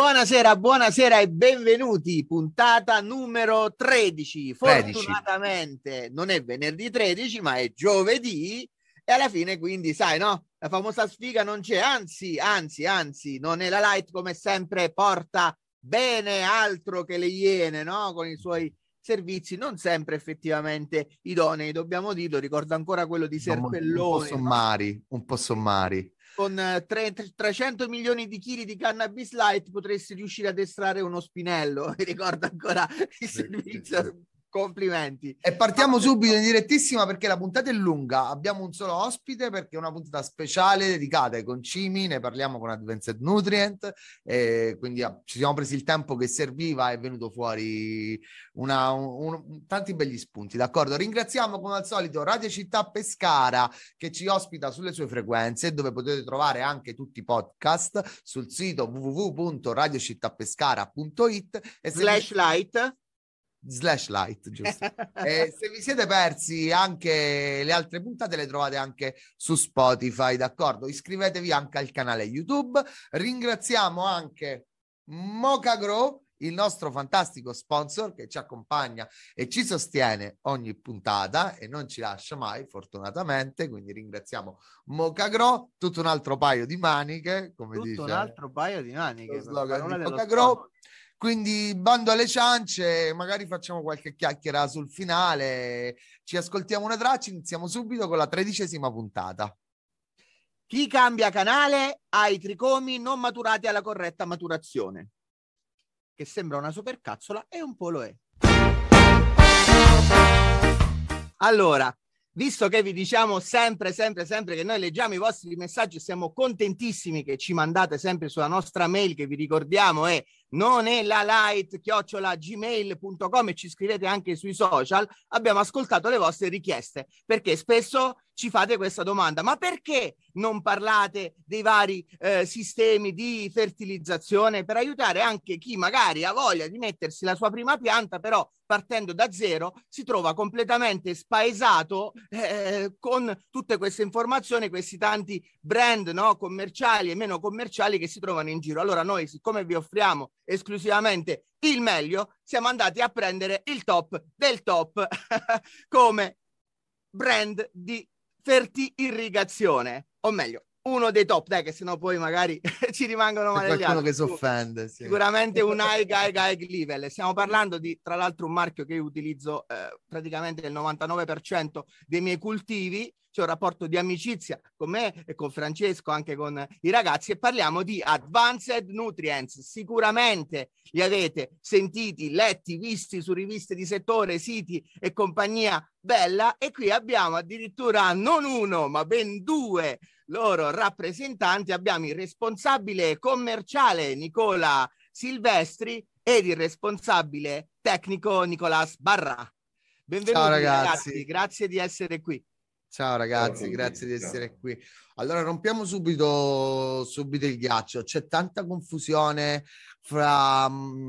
Buonasera, buonasera e benvenuti, puntata numero 13. Fortunatamente non è venerdì 13, ma è giovedì e alla fine quindi, sai, no? La famosa sfiga non c'è, anzi, non è la Light come sempre porta bene altro che le Iene, no? Con i suoi servizi non sempre effettivamente idonei, dobbiamo dirlo, ricordo ancora quello di Serpelloni. Un po' sommari. Con 300 milioni di chili di cannabis light potresti riuscire ad estrarre uno spinello. Mi ricordo ancora il servizio. Sì. Complimenti. E partiamo subito in direttissima perché la puntata è lunga. Abbiamo un solo ospite perché è una puntata speciale dedicata ai concimi. Ne parliamo con Advanced Nutrient. Quindi ci siamo presi il tempo che serviva. È venuto fuori tanti begli spunti. D'accordo. Ringraziamo come al solito Radio Città Pescara che ci ospita sulle sue frequenze, dove potete trovare anche tutti i podcast sul sito www.radiocittapescara.it e /light, giusto. E se vi siete persi anche le altre puntate le trovate anche su Spotify, d'accordo? Iscrivetevi anche al canale YouTube. Ringraziamo anche Mocha Grow, il nostro fantastico sponsor che ci accompagna e ci sostiene ogni puntata e non ci lascia mai, fortunatamente, quindi ringraziamo Mocha Grow, tutto un altro paio di maniche, come tutto dice un altro paio di maniche, lo slogan di Mocha Grow. Quindi bando alle ciance, magari facciamo qualche chiacchiera sul finale, ci ascoltiamo una traccia, iniziamo subito con la 13ª puntata. Chi cambia canale ha i tricomi non maturati alla corretta maturazione, che sembra una supercazzola e un po' lo è. Allora, visto che vi diciamo sempre che noi leggiamo i vostri messaggi, siamo contentissimi che ci mandate sempre sulla nostra mail, che vi ricordiamo è nonelalight@gmail.com, e ci scrivete anche sui social. Abbiamo ascoltato le vostre richieste perché spesso ci fate questa domanda: ma perché non parlate dei vari sistemi di fertilizzazione per aiutare anche chi magari ha voglia di mettersi la sua prima pianta, però partendo da zero si trova completamente spaesato con tutte queste informazioni, questi tanti brand, no, commerciali e meno commerciali che si trovano in giro. Allora noi, siccome vi offriamo esclusivamente il meglio, siamo andati a prendere il top del top come brand di ferti-irrigazione, o meglio uno dei top, dai, che sennò poi magari ci rimangono male gli altri. Qualcuno che si offende, sì. Sicuramente un high level. Stiamo parlando di, tra l'altro, un marchio che io utilizzo praticamente il 99% dei miei cultivi. C'è un rapporto di amicizia con me e con Francesco, anche con i ragazzi, e parliamo di Advanced Nutrients. Sicuramente li avete sentiti, letti, visti su riviste di settore, siti e compagnia bella, e qui abbiamo addirittura non uno ma ben due loro rappresentanti. Abbiamo il responsabile commerciale Nicola Silvestri ed il responsabile tecnico Nicolas Barra. Benvenuti. Ciao ragazzi, grazie di essere qui. Ciao ragazzi, grazie di essere qui. Allora rompiamo subito il ghiaccio. C'è tanta confusione fra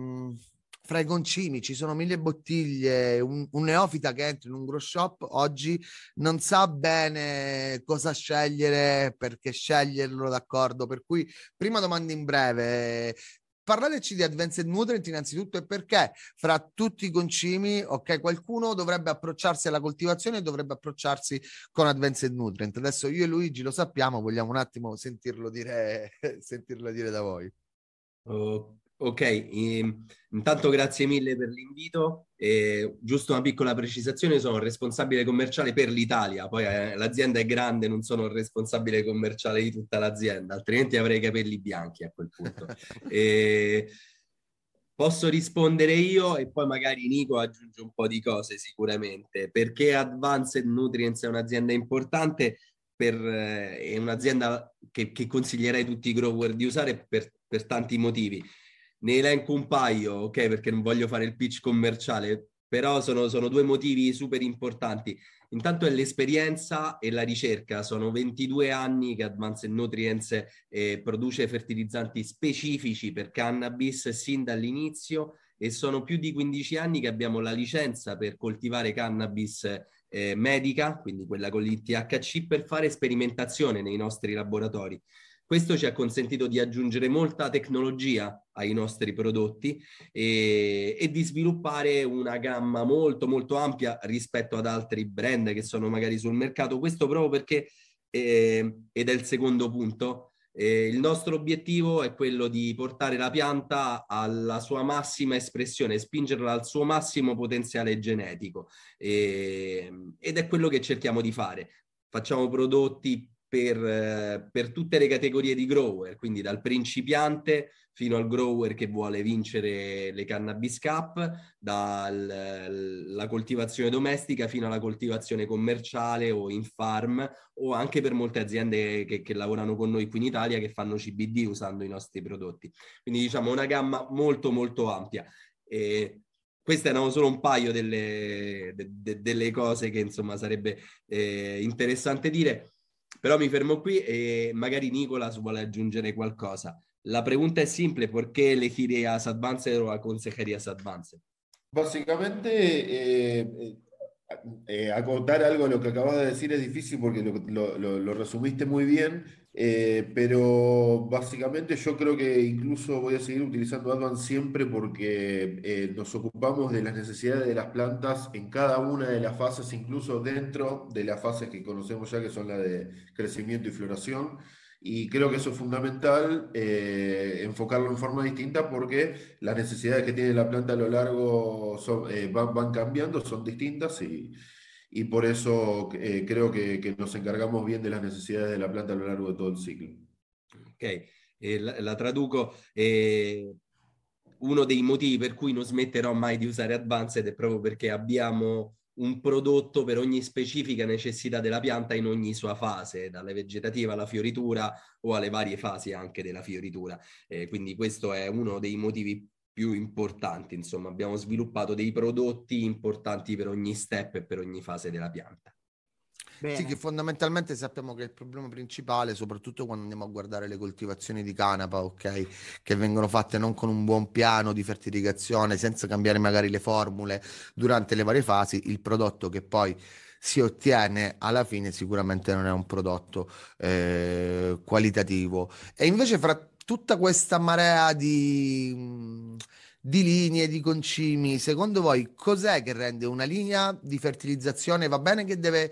i concimi, ci sono 1000 bottiglie. Un neofita che entra in un grow shop oggi non sa bene cosa scegliere, perché sceglierlo, d'accordo? Per cui prima domanda in breve. Parlateci di Advanced Nutrient innanzitutto, e perché fra tutti i concimi, ok, qualcuno dovrebbe approcciarsi alla coltivazione e dovrebbe approcciarsi con Advanced Nutrient. Adesso io e Luigi lo sappiamo, vogliamo un attimo sentirlo dire da voi. Ok, intanto grazie mille per l'invito. Giusto una piccola precisazione: sono responsabile commerciale per l'Italia, poi l'azienda è grande, non sono il responsabile commerciale di tutta l'azienda, altrimenti avrei i capelli bianchi a quel punto. Posso rispondere io e poi magari Nico aggiunge un po' di cose sicuramente. Perché Advanced Nutrients è un'azienda importante? È un'azienda che consiglierei a tutti i grower di usare per tanti motivi. Ne elenco un paio, ok, perché non voglio fare il pitch commerciale, però sono due motivi super importanti. Intanto è l'esperienza e la ricerca. Sono 22 anni che Advanced Nutrients produce fertilizzanti specifici per cannabis sin dall'inizio, e sono più di 15 anni che abbiamo la licenza per coltivare cannabis medica, quindi quella con l'ITHC, per fare sperimentazione nei nostri laboratori. Questo ci ha consentito di aggiungere molta tecnologia ai nostri prodotti e di sviluppare una gamma molto molto ampia rispetto ad altri brand che sono magari sul mercato. Questo proprio perché, ed è il secondo punto, il nostro obiettivo è quello di portare la pianta alla sua massima espressione, spingerla al suo massimo potenziale genetico, ed è quello che cerchiamo di fare. Facciamo prodotti per tutte le categorie di grower, quindi dal principiante fino al grower che vuole vincere le Cannabis Cup, dalla coltivazione domestica fino alla coltivazione commerciale o in farm, o anche per molte aziende che lavorano con noi qui in Italia che fanno CBD usando i nostri prodotti. Quindi diciamo una gamma molto molto ampia. Queste erano solo un paio delle cose che insomma sarebbe interessante dire. Però mi fermo qui e magari Nicolas vuole aggiungere qualcosa. La pregunta es simple: ¿por qué elegir a Advanced o aconsejarías Advanced? Básicamente, acotar algo a lo que acabas de decir es difícil porque lo resumiste muy bien, pero básicamente yo creo que incluso voy a seguir utilizando Advance siempre porque nos ocupamos de las necesidades de las plantas en cada una de las fases, incluso dentro de las fases que conocemos ya, que son la de crecimiento y floración. Y creo que eso es fundamental, enfocarlo en forma distinta porque las necesidades que tiene la planta a lo largo van cambiando, son distintas y por eso creo que nos encargamos bien de las necesidades de la planta a lo largo de todo el ciclo. Ok, la traduco. Uno dei motivi per cui non smetterò mai di usare Advanced è proprio perché abbiamo un prodotto per ogni specifica necessità della pianta in ogni sua fase, dalla vegetativa alla fioritura o alle varie fasi anche della fioritura. Quindi questo è uno dei motivi più importanti. Insomma, abbiamo sviluppato dei prodotti importanti per ogni step e per ogni fase della pianta. Bene. Sì, che fondamentalmente sappiamo che il problema principale, soprattutto quando andiamo a guardare le coltivazioni di canapa, ok, che vengono fatte non con un buon piano di fertilizazione, senza cambiare magari le formule durante le varie fasi, il prodotto che poi si ottiene alla fine sicuramente non è un prodotto qualitativo. E invece fra tutta questa marea di linee, di concimi, secondo voi cos'è che rende una linea di fertilizzazione? Va bene che deve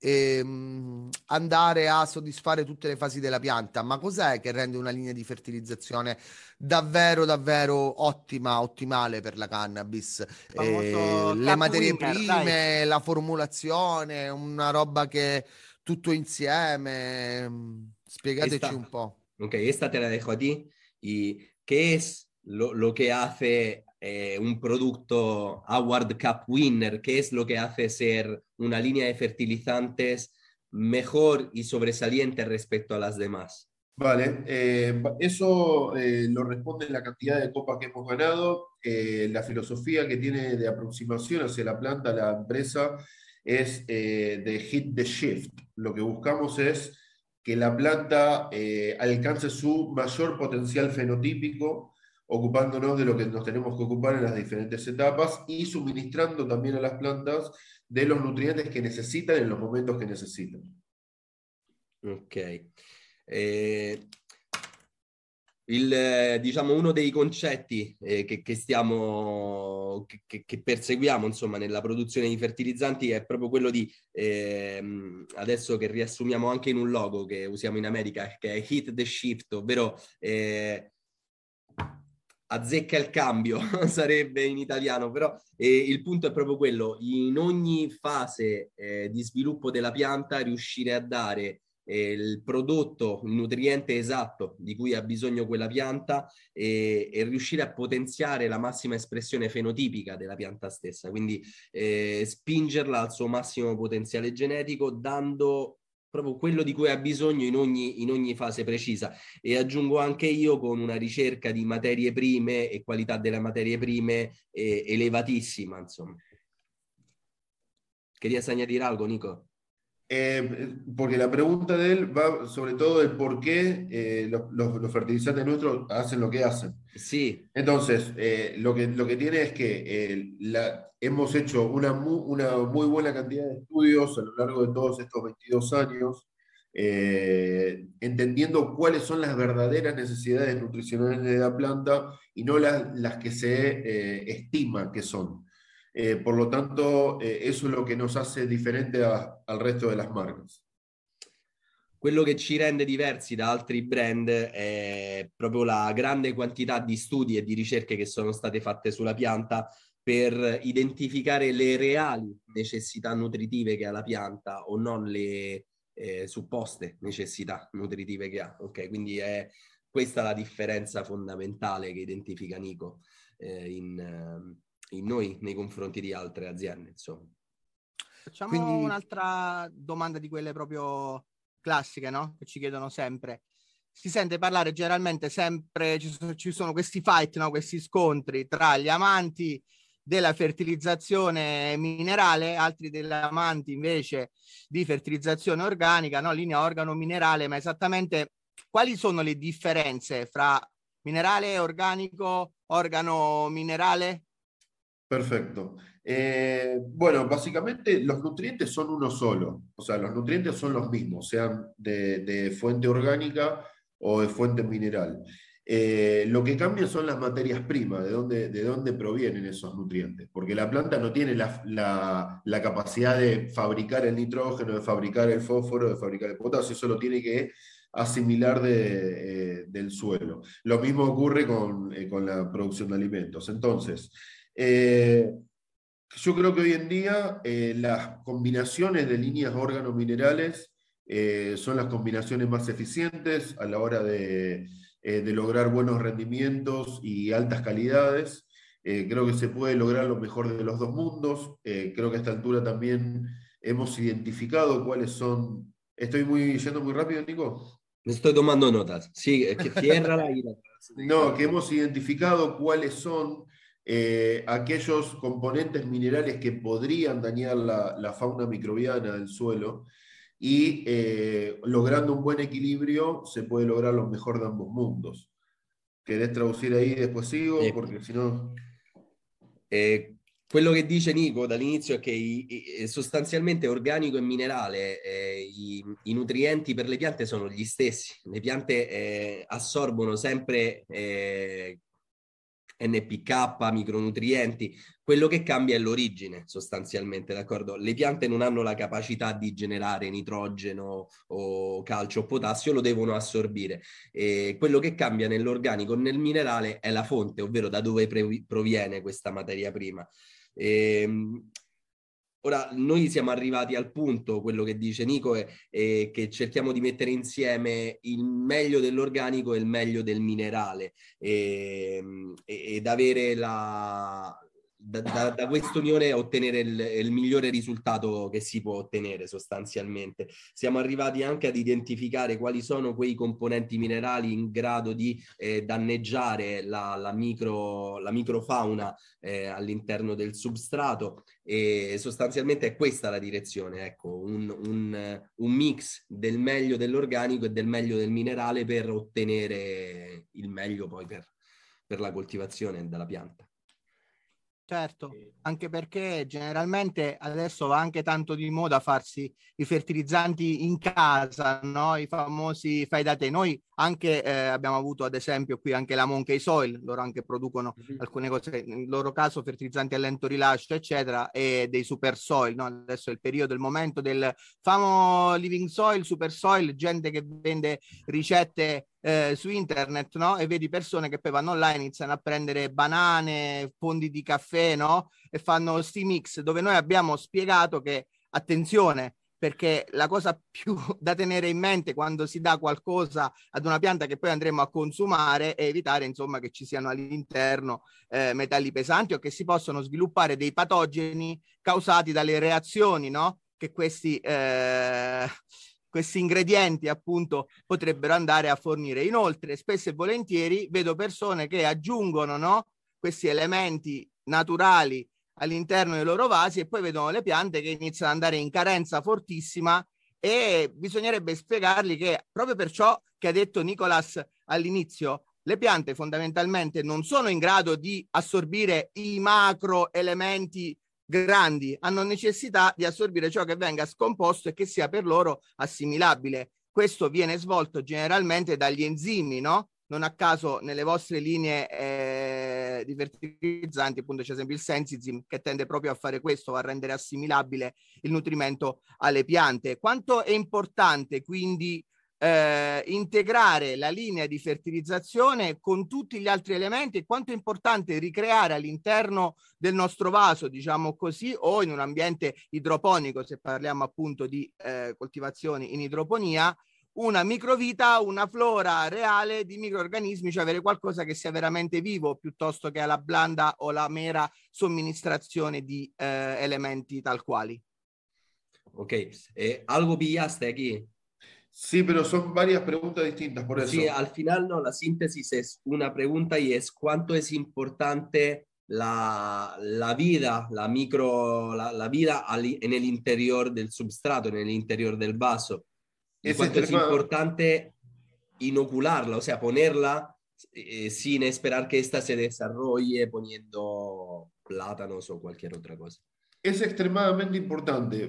andare a soddisfare tutte le fasi della pianta, ma cos'è che rende una linea di fertilizzazione davvero davvero ottima, ottimale per la cannabis? Le materie prime, la formulazione, una roba che tutto insieme. Spiegateci un po'. Ok, esta te la dejo a ti. ¿Y qué es lo que hace un producto Award Cup winner? ¿Qué es lo que hace ser una línea de fertilizantes mejor y sobresaliente respecto a las demás? Vale, eso lo responde la cantidad de copas que hemos ganado, la filosofía que tiene de aproximación hacia la planta, la empresa, es de hit the shift. Lo que buscamos es que la planta alcance su mayor potencial fenotípico, ocupándonos de lo que nos tenemos que ocupar en las diferentes etapas y suministrando también a las plantas de los nutrientes que necesitan en los momentos que necesitan. Ok. Diciamo uno dei concetti che perseguiamo insomma nella produzione di fertilizzanti è proprio quello di adesso che riassumiamo anche in un logo che usiamo in America, che è hit the shift, ovvero azzecca il cambio sarebbe in italiano, però il punto è proprio quello: in ogni fase di sviluppo della pianta riuscire a dare il prodotto, il nutriente esatto di cui ha bisogno quella pianta e riuscire a potenziare la massima espressione fenotipica della pianta stessa, quindi spingerla al suo massimo potenziale genetico, dando proprio quello di cui ha bisogno in ogni fase precisa. E aggiungo anche io, con una ricerca di materie prime e qualità delle materie prime elevatissima, insomma. ¿Querías añadir algo, Nico? Porque la pregunta de él va sobre todo el por qué los fertilizantes nuestros hacen lo que hacen. Sí. Entonces, lo que tiene es que hemos hecho una muy buena cantidad de estudios a lo largo de todos estos 22 años, entendiendo cuáles son las verdaderas necesidades nutricionales de la planta y no las que se estima que son. Por lo tanto, eso es lo che nos hace differente al resto delle marche. Quello che ci rende diversi da altri brand è proprio la grande quantità di studi e di ricerche che sono state fatte sulla pianta per identificare le reali necessità nutritive che ha la pianta o non le supposte necessità nutritive che ha. Ok, quindi è questa la differenza fondamentale che identifica Nico in noi nei confronti di altre aziende, insomma. Facciamo un'altra domanda di quelle proprio classiche, no? Che ci chiedono sempre. Si sente parlare generalmente sempre, ci sono questi fight, no? Questi scontri tra gli amanti della fertilizzazione minerale, altri degli amanti invece di fertilizzazione organica, no? Linea organo-minerale, ma esattamente quali sono le differenze fra minerale organico, organo-minerale? Perfecto. Bueno, básicamente los nutrientes son uno solo, o sea, los nutrientes son los mismos, sean de fuente orgánica o de fuente mineral. Lo que cambia son las materias primas, de dónde provienen esos nutrientes, porque la planta no tiene la capacidad de fabricar el nitrógeno, de fabricar el fósforo, de fabricar el potasio, eso lo tiene que asimilar del suelo. Lo mismo ocurre con la producción de alimentos. Entonces, yo creo que hoy en día las combinaciones de líneas órgano-minerales son las combinaciones más eficientes a la hora de lograr buenos rendimientos y altas calidades. Creo que se puede lograr lo mejor de los dos mundos. Creo que a esta altura también hemos identificado cuáles son... ¿Estoy yendo muy rápido, Nico? Me estoy tomando notas. Sí, que cierra la ira. No, que hemos identificado cuáles son aquellos componentes minerales que podrían dañar la fauna microbiana del suelo y logrando un buen equilibrio se puede lograr lo mejor de ambos mundos. ¿Querés traducir ahí después sigo? Porque si no... Quello che dice Nico dall'inizio è che sostanzialmente organico e minerale, i nutrienti per le piante sono gli stessi. Le piante assorbono sempre NPK, micronutrienti. Quello che cambia è l'origine, sostanzialmente, d'accordo? Le piante non hanno la capacità di generare nitrogeno o calcio o potassio, lo devono assorbire. Quello che cambia nell'organico e nel minerale è la fonte, ovvero da dove proviene questa materia prima. Ora, noi siamo arrivati al punto, quello che dice Nico, è che cerchiamo di mettere insieme il meglio dell'organico e il meglio del minerale ed avere da questa unione ottenere il migliore risultato che si può ottenere sostanzialmente. Siamo arrivati anche ad identificare quali sono quei componenti minerali in grado di danneggiare la microfauna all'interno del substrato e sostanzialmente è questa la direzione, ecco, un mix del meglio dell'organico e del meglio del minerale per ottenere il meglio poi per la coltivazione della pianta. Certo, anche perché generalmente adesso va anche tanto di moda farsi i fertilizzanti in casa, no? I famosi fai da te. Noi anche abbiamo avuto ad esempio qui anche la Monkey Soil, loro anche producono alcune cose, nel loro caso fertilizzanti a lento rilascio eccetera e dei super soil, no? Adesso è il periodo, il momento del famo living soil, super soil, gente che vende ricette su internet, no? E vedi persone che poi vanno online, iniziano a prendere banane, fondi di caffè, no? E fanno sti mix dove noi abbiamo spiegato che attenzione, perché la cosa più da tenere in mente quando si dà qualcosa ad una pianta che poi andremo a consumare è evitare insomma che ci siano all'interno metalli pesanti o che si possono sviluppare dei patogeni causati dalle reazioni, no? Che questi ingredienti appunto potrebbero andare a fornire. Inoltre spesso e volentieri vedo persone che aggiungono, no, questi elementi naturali all'interno dei loro vasi e poi vedono le piante che iniziano ad andare in carenza fortissima e bisognerebbe spiegargli che proprio per ciò che ha detto Nicolas all'inizio, le piante fondamentalmente non sono in grado di assorbire i macro elementi grandi, hanno necessità di assorbire ciò che venga scomposto e che sia per loro assimilabile. questo viene svolto generalmente dagli enzimi, no? Non a caso nelle vostre linee di fertilizzanti appunto c'è sempre il Sensizim, che tende proprio a fare questo, a rendere assimilabile il nutrimento alle piante. Quanto è importante quindi integrare la linea di fertilizzazione con tutti gli altri elementi, e quanto è importante ricreare all'interno del nostro vaso, diciamo così, o in un ambiente idroponico, se parliamo appunto di coltivazioni in idroponia, una microvita, una flora reale di microrganismi, cioè avere qualcosa che sia veramente vivo piuttosto che alla blanda o la mera somministrazione di elementi tal quali. Ok, ¿algo pillaste aquí? Sí, pero son varias preguntas distintas, por eso. Sí, al final no, la síntesis es una pregunta y es cuánto es importante la vida, la vida en el interior del substrato, en el interior del vaso. Y Es cuánto es extrema- importante inocularla, o sea, ponerla sin esperar que ésta se desarrolle poniendo plátanos o cualquier otra cosa. Es extremadamente importante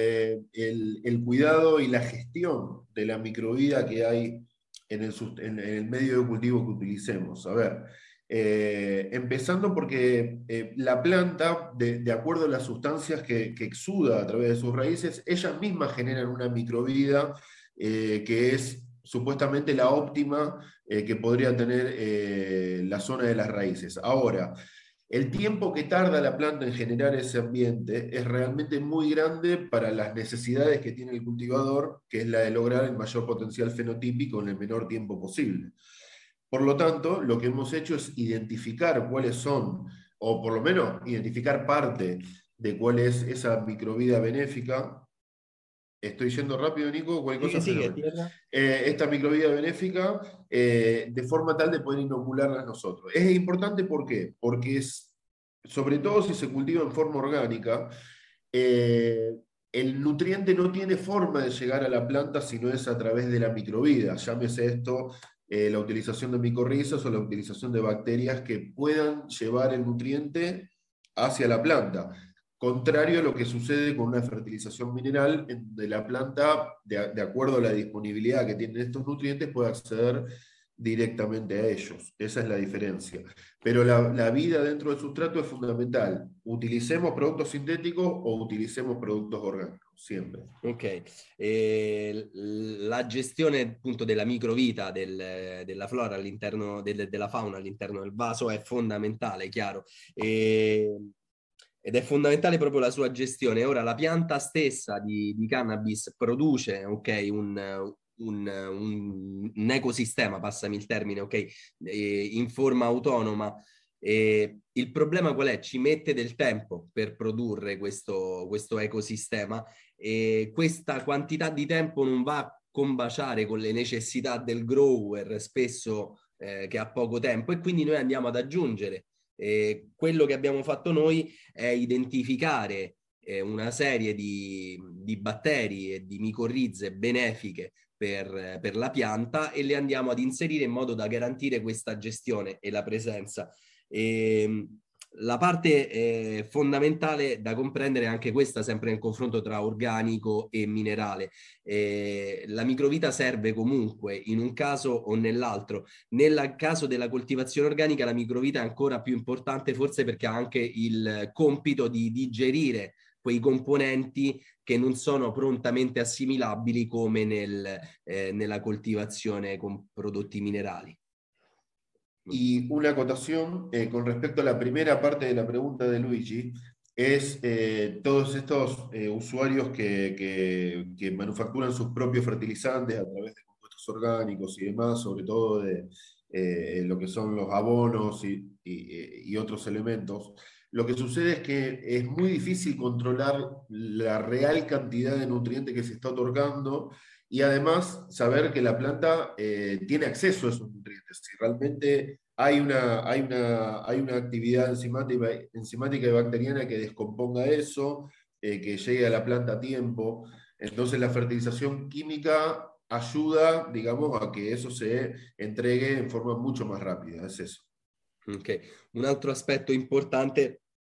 el cuidado y la gestión de la microvida que hay en el medio de cultivo que utilicemos. A ver, empezando porque la planta, de acuerdo a las sustancias que exuda a través de sus raíces, ellas mismas generan una microvida que es supuestamente la óptima que podría tener la zona de las raíces. Ahora, el tiempo que tarda la planta en generar ese ambiente es realmente muy grande para las necesidades que tiene el cultivador, que es la de lograr el mayor potencial fenotípico en el menor tiempo posible. Por lo tanto, lo que hemos hecho es identificar cuáles son, o por lo menos identificar parte de cuál es esa microvida benéfica. Estoy yendo rápido, Nico, cualquier cosa. Sigue, tierra. Esta microvida benéfica de forma tal de poder inocularlas nosotros. Es importante, ¿por qué? Porque sobre todo si se cultiva en forma orgánica, el nutriente no tiene forma de llegar a la planta si no es a través de la microvida. Llámese esto la utilización de micorrizas o la utilización de bacterias que puedan llevar el nutriente hacia la planta. Contrario a lo que sucede con una fertilización mineral, en donde la planta, de acuerdo a la disponibilidad que tienen estos nutrientes, puede acceder directamente a ellos. Esa es la diferencia. Pero la vida dentro del sustrato es fundamental. Utilicemos productos sintéticos o utilicemos productos orgánicos, siempre. Ok, la gestione appunto della microvita della flora all'interno della fauna all'interno del vaso è fondamentale, chiaro. Ed è fondamentale proprio la sua gestione. Ora la pianta stessa di cannabis produce, ok, un ecosistema, passami il termine, ok, in forma autonoma. Il problema qual è? Ci mette del tempo per produrre questo ecosistema, e questa quantità di tempo non va a combaciare con le necessità del grower, spesso che ha poco tempo, e quindi noi andiamo ad aggiungere. Quello che abbiamo fatto noi è identificare una serie di batteri e di micorrize benefiche per la pianta, e le andiamo ad inserire in modo da garantire questa gestione e la presenza. La parte fondamentale da comprendere è anche questa, sempre nel confronto tra organico e minerale. La microvita serve comunque in un caso o nell'altro. Nel caso della coltivazione organica la microvita è ancora più importante, forse perché ha anche il compito di digerire quei componenti che non sono prontamente assimilabili come nella coltivazione con prodotti minerali. Y una acotación con respecto a la primera parte de la pregunta de Luigi, es todos estos usuarios que manufacturan sus propios fertilizantes a través de compuestos orgánicos y demás, sobre todo de lo que son los abonos y otros elementos. Lo que sucede es que es muy difícil controlar la real cantidad de nutrientes que se está otorgando, y además saber que la planta tiene acceso a esos nutrientes. Si realmente hay una actividad enzimática y bacteriana que descomponga eso, que llegue a la planta a tiempo. Entonces la fertilización química ayuda, digamos, a que eso se entregue en forma mucho más rápida. Es eso. Ok, un altro aspetto importante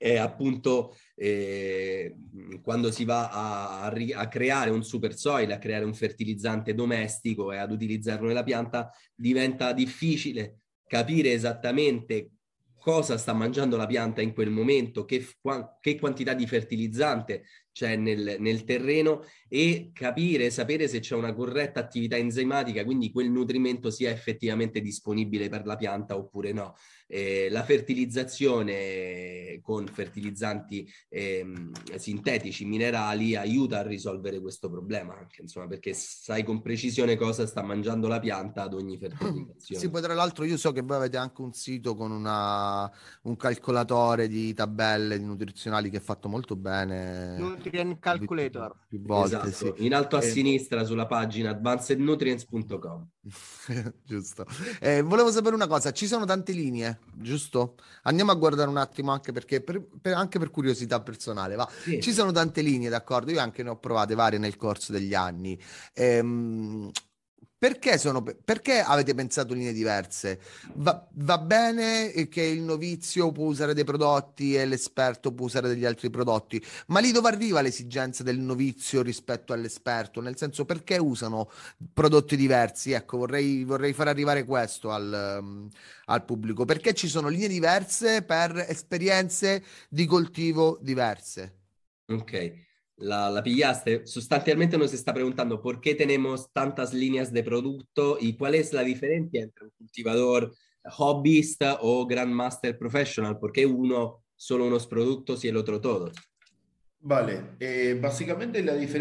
appunto quando si va a creare un super soil, a creare un fertilizzante domestico e ad utilizzarlo nella pianta, diventa difficile capire esattamente cosa sta mangiando la pianta in quel momento, che quantità di fertilizzante c'è nel terreno, e sapere se c'è una corretta attività enzimatica, quindi quel nutrimento sia effettivamente disponibile per la pianta oppure no. La fertilizzazione con fertilizzanti sintetici, minerali, aiuta a risolvere questo problema anche, insomma, perché sai con precisione cosa sta mangiando la pianta ad ogni fertilizzazione. Sì, poi tra l'altro io so che voi avete anche un sito con un calcolatore di tabelle nutrizionali che è fatto molto bene. Nutrient Calculator. Più volte, Esatto. sì. In alto a sinistra sulla pagina advancednutrients.com. Giusto. Volevo sapere una cosa, ci sono tante linee, giusto? Andiamo a guardare un attimo anche perché anche per curiosità personale, va. Sì. Ci sono tante linee, d'accordo? Io anche ne ho provate varie nel corso degli anni. Perché avete pensato linee diverse? Va bene che il novizio può usare dei prodotti e l'esperto può usare degli altri prodotti, ma lì dove arriva l'esigenza del novizio rispetto all'esperto? Nel senso, perché usano prodotti diversi? Ecco, vorrei far arrivare questo al pubblico. Perché ci sono linee diverse per esperienze di coltivo diverse? Ok. La pillaste. Sostanzialmente nos está preguntando por qué tenemos tantas líneas de producto y cuál es la diferencia entre un cultivador hobbyista o Grandmaster Professional. ¿Por qué uno solo unos productos y el otro todos? Vale, básicamente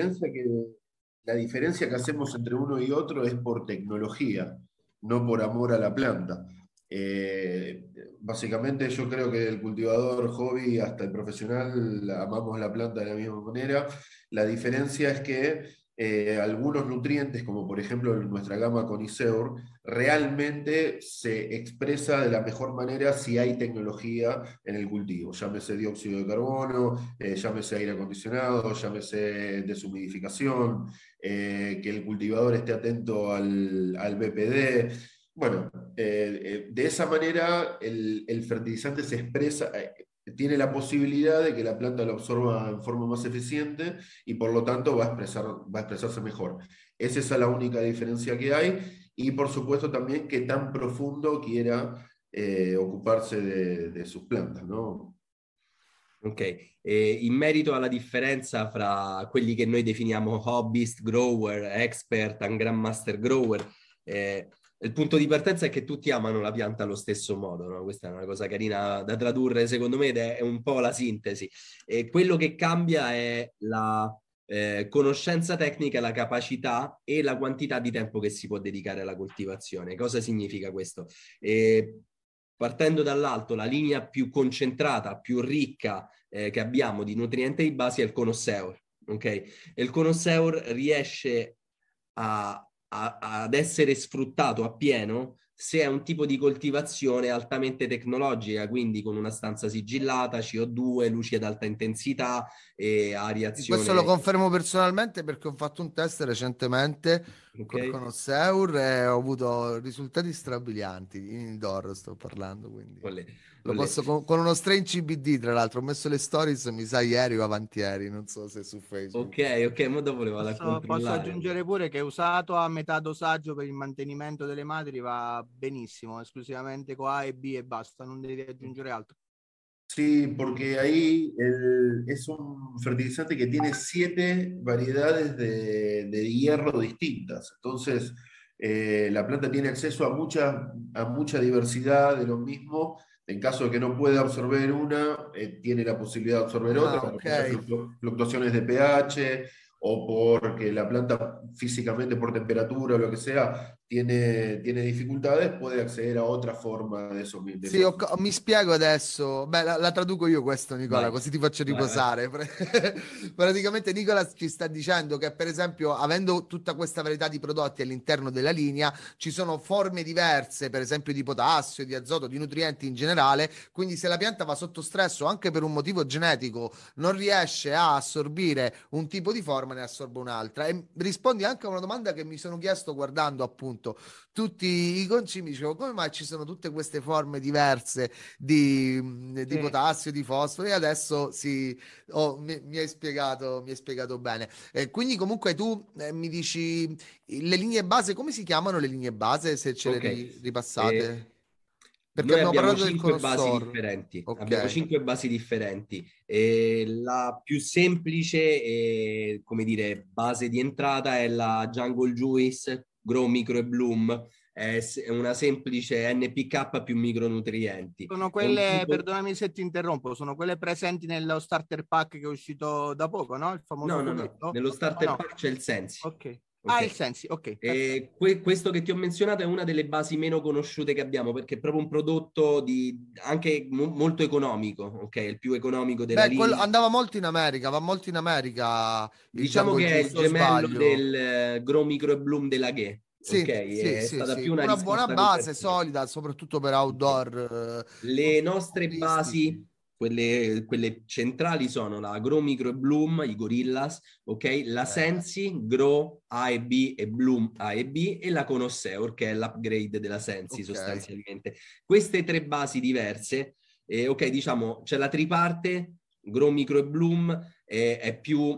la diferencia que hacemos entre uno y otro es por tecnología, no por amor a la planta. Básicamente yo creo que el cultivador hobby hasta el profesional amamos la planta de la misma manera. La diferencia es que algunos nutrientes, como por ejemplo nuestra gama Coniseur, realmente se expresa de la mejor manera si hay tecnología en el cultivo. Llámese dióxido de carbono, llámese aire acondicionado, llámese deshumidificación, que el cultivador esté atento al BPD. Bueno, de esa manera el fertilizante se expresa, tiene la posibilidad de que la planta lo absorba en forma más eficiente y por lo tanto va a expresarse mejor. Es esa la única diferencia que hay y por supuesto también que tan profundo quiera ocuparse de sus plantas, ¿no? Ok, in merito alla differenza fra quelli che noi definiamo hobbyist grower, expert and grandmaster grower, il punto di partenza è che tutti amano la pianta allo stesso modo, no? Questa è una cosa carina da tradurre secondo me ed è un po' la sintesi. E quello che cambia è la conoscenza tecnica, la capacità e la quantità di tempo che si può dedicare alla coltivazione. Cosa significa questo? Partendo dall'alto, la linea più concentrata, più ricca che abbiamo di nutrienti di base è il Conoseur, ok? E il Conoseur riesce ad essere sfruttato appieno se è un tipo di coltivazione altamente tecnologica, quindi con una stanza sigillata, CO2, luci ad alta intensità e areazione. Questo lo confermo personalmente perché ho fatto un test recentemente con Conoseur e ho avuto risultati strabilianti. In indoor sto parlando, quindi lo posso con uno strain CBD, tra l'altro. Ho messo le stories, mi sa, ieri o avantieri, non so se su Facebook. Ok, ma dopo le vado a controllare. Posso aggiungere pure che usato a metà dosaggio per il mantenimento delle madri va benissimo, esclusivamente con A e B e basta, non devi aggiungere altro. Sí, porque ahí es un fertilizante que tiene 7 variedades de hierro distintas. Entonces, la planta tiene acceso a mucha diversidad de lo mismo. En caso de que no pueda absorber una, tiene la posibilidad de absorber otra, porque hay fluctuaciones de pH o porque la planta físicamente por temperatura o lo que sea tiene dificultades, puede accedere a otra forma di eso. Sì, mi spiego adesso. Beh, la traduco io questo, Nicola, vai, così ti faccio riposare. Vai. Praticamente Nicola ci sta dicendo che, per esempio, avendo tutta questa varietà di prodotti all'interno della linea, ci sono forme diverse, per esempio di potassio, di azoto, di nutrienti in generale, quindi se la pianta va sotto stress o anche per un motivo genetico non riesce a assorbire un tipo di forma, me ne assorbo un'altra. E rispondi anche a una domanda che mi sono chiesto guardando appunto tutti i concimi, dicevo come mai ci sono tutte queste forme diverse di potassio, di fosforo, e adesso mi hai spiegato bene. Quindi comunque tu mi dici le linee base, come si chiamano le linee base, se ce le Ok. ripassate? Perché Noi abbiamo abbiamo parlato del cinque basi Conostor. differenti. Abbiamo Ok. 5 basi differenti. E la più semplice, come dire, base di entrata è la Jungle Juice, Grow Micro e Bloom. È una semplice NPK più micronutrienti. Sono È un quelle, tipo... perdonami se ti interrompo, sono quelle presenti nello starter pack che è uscito da poco, no? Il No, famoso no, no. fumetto? Nello O starter no? pack c'è il Sensi. Ok. Ah, il Ok. Sensi, ok, perfetto. E questo che ti ho menzionato è una delle basi meno conosciute che abbiamo, perché è proprio un prodotto anche molto economico, ok? Il più economico della Beh, quello linea. andava molto in America, va molto in America il Diciamo Jungle che è il Juice, o gemello sbaglio? del Grow Micro e Bloom della Ghe, ok? Sì, sì, È sì, stata sì. più una Una buona risposta base, commerciale. solida, soprattutto per Ok. outdoor, Le nostre basi, hobbistici. quelle centrali, sono la Grow Micro e Bloom, i Gorillas, ok? La Ok, Sensi, Grow A e B e Bloom A e B, e la Conosceur, che è l'upgrade della Sensi ok. sostanzialmente. Queste 3 basi diverse, ok, diciamo, c'è la triparte, Grow Micro e Bloom, è più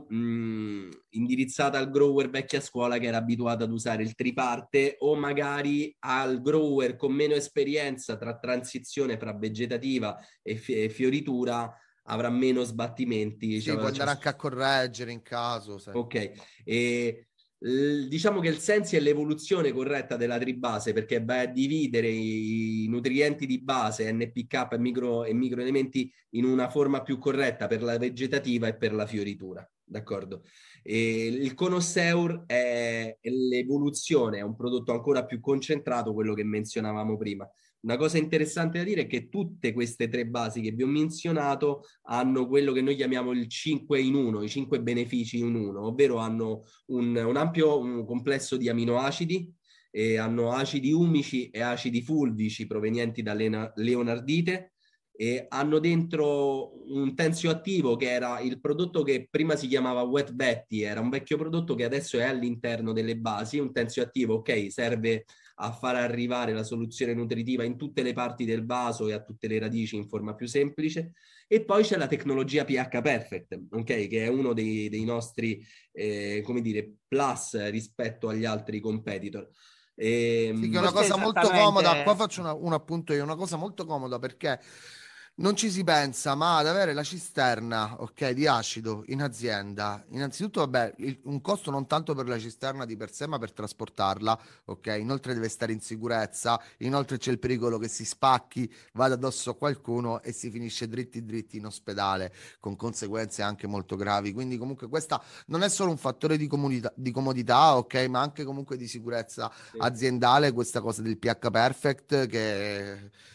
indirizzata al grower vecchia scuola che era abituato ad usare il triparte, o magari al grower con meno esperienza tra transizione fra vegetativa e fioritura, avrà meno sbattimenti. Sì, puoi C'è andare anche a correggere in caso. Ok, e diciamo che il Sensi è l'evoluzione corretta della tribase, perché va a dividere i nutrienti di base, NPK e microelementi, in una forma più corretta per la vegetativa e per la fioritura. D'accordo? E il Conoseur è l'evoluzione, è un prodotto ancora più concentrato, quello che menzionavamo prima. Una cosa interessante da dire è che tutte queste 3 basi che vi ho menzionato hanno quello che noi chiamiamo il 5 in 1, i 5 benefici in uno, ovvero hanno un ampio complesso di aminoacidi, e hanno acidi umici e acidi fulvici provenienti da leonardite, e hanno dentro un tensioattivo che era il prodotto che prima si chiamava Wet Betty, era un vecchio prodotto che adesso è all'interno delle basi, un tensioattivo, ok, serve a far arrivare la soluzione nutritiva in tutte le parti del vaso e a tutte le radici in forma più semplice. E poi c'è la tecnologia pH Perfect, ok, che è uno dei nostri, come dire, plus rispetto agli altri competitor. Sì, che è una Cos'è cosa molto comoda. Qua esattamente? faccio un appunto io, una cosa molto comoda perché non ci si pensa, ma ad avere la cisterna, ok, di acido in azienda, innanzitutto, vabbè, un costo non tanto per la cisterna di per sé, ma per trasportarla, ok? Inoltre deve stare in sicurezza, inoltre c'è il pericolo che si spacchi, vada addosso a qualcuno e si finisce dritti dritti in ospedale, con conseguenze anche molto gravi. Quindi comunque questa non è solo un fattore di comodità, ok, ma anche comunque di sicurezza Sì. aziendale, questa cosa del pH Perfect che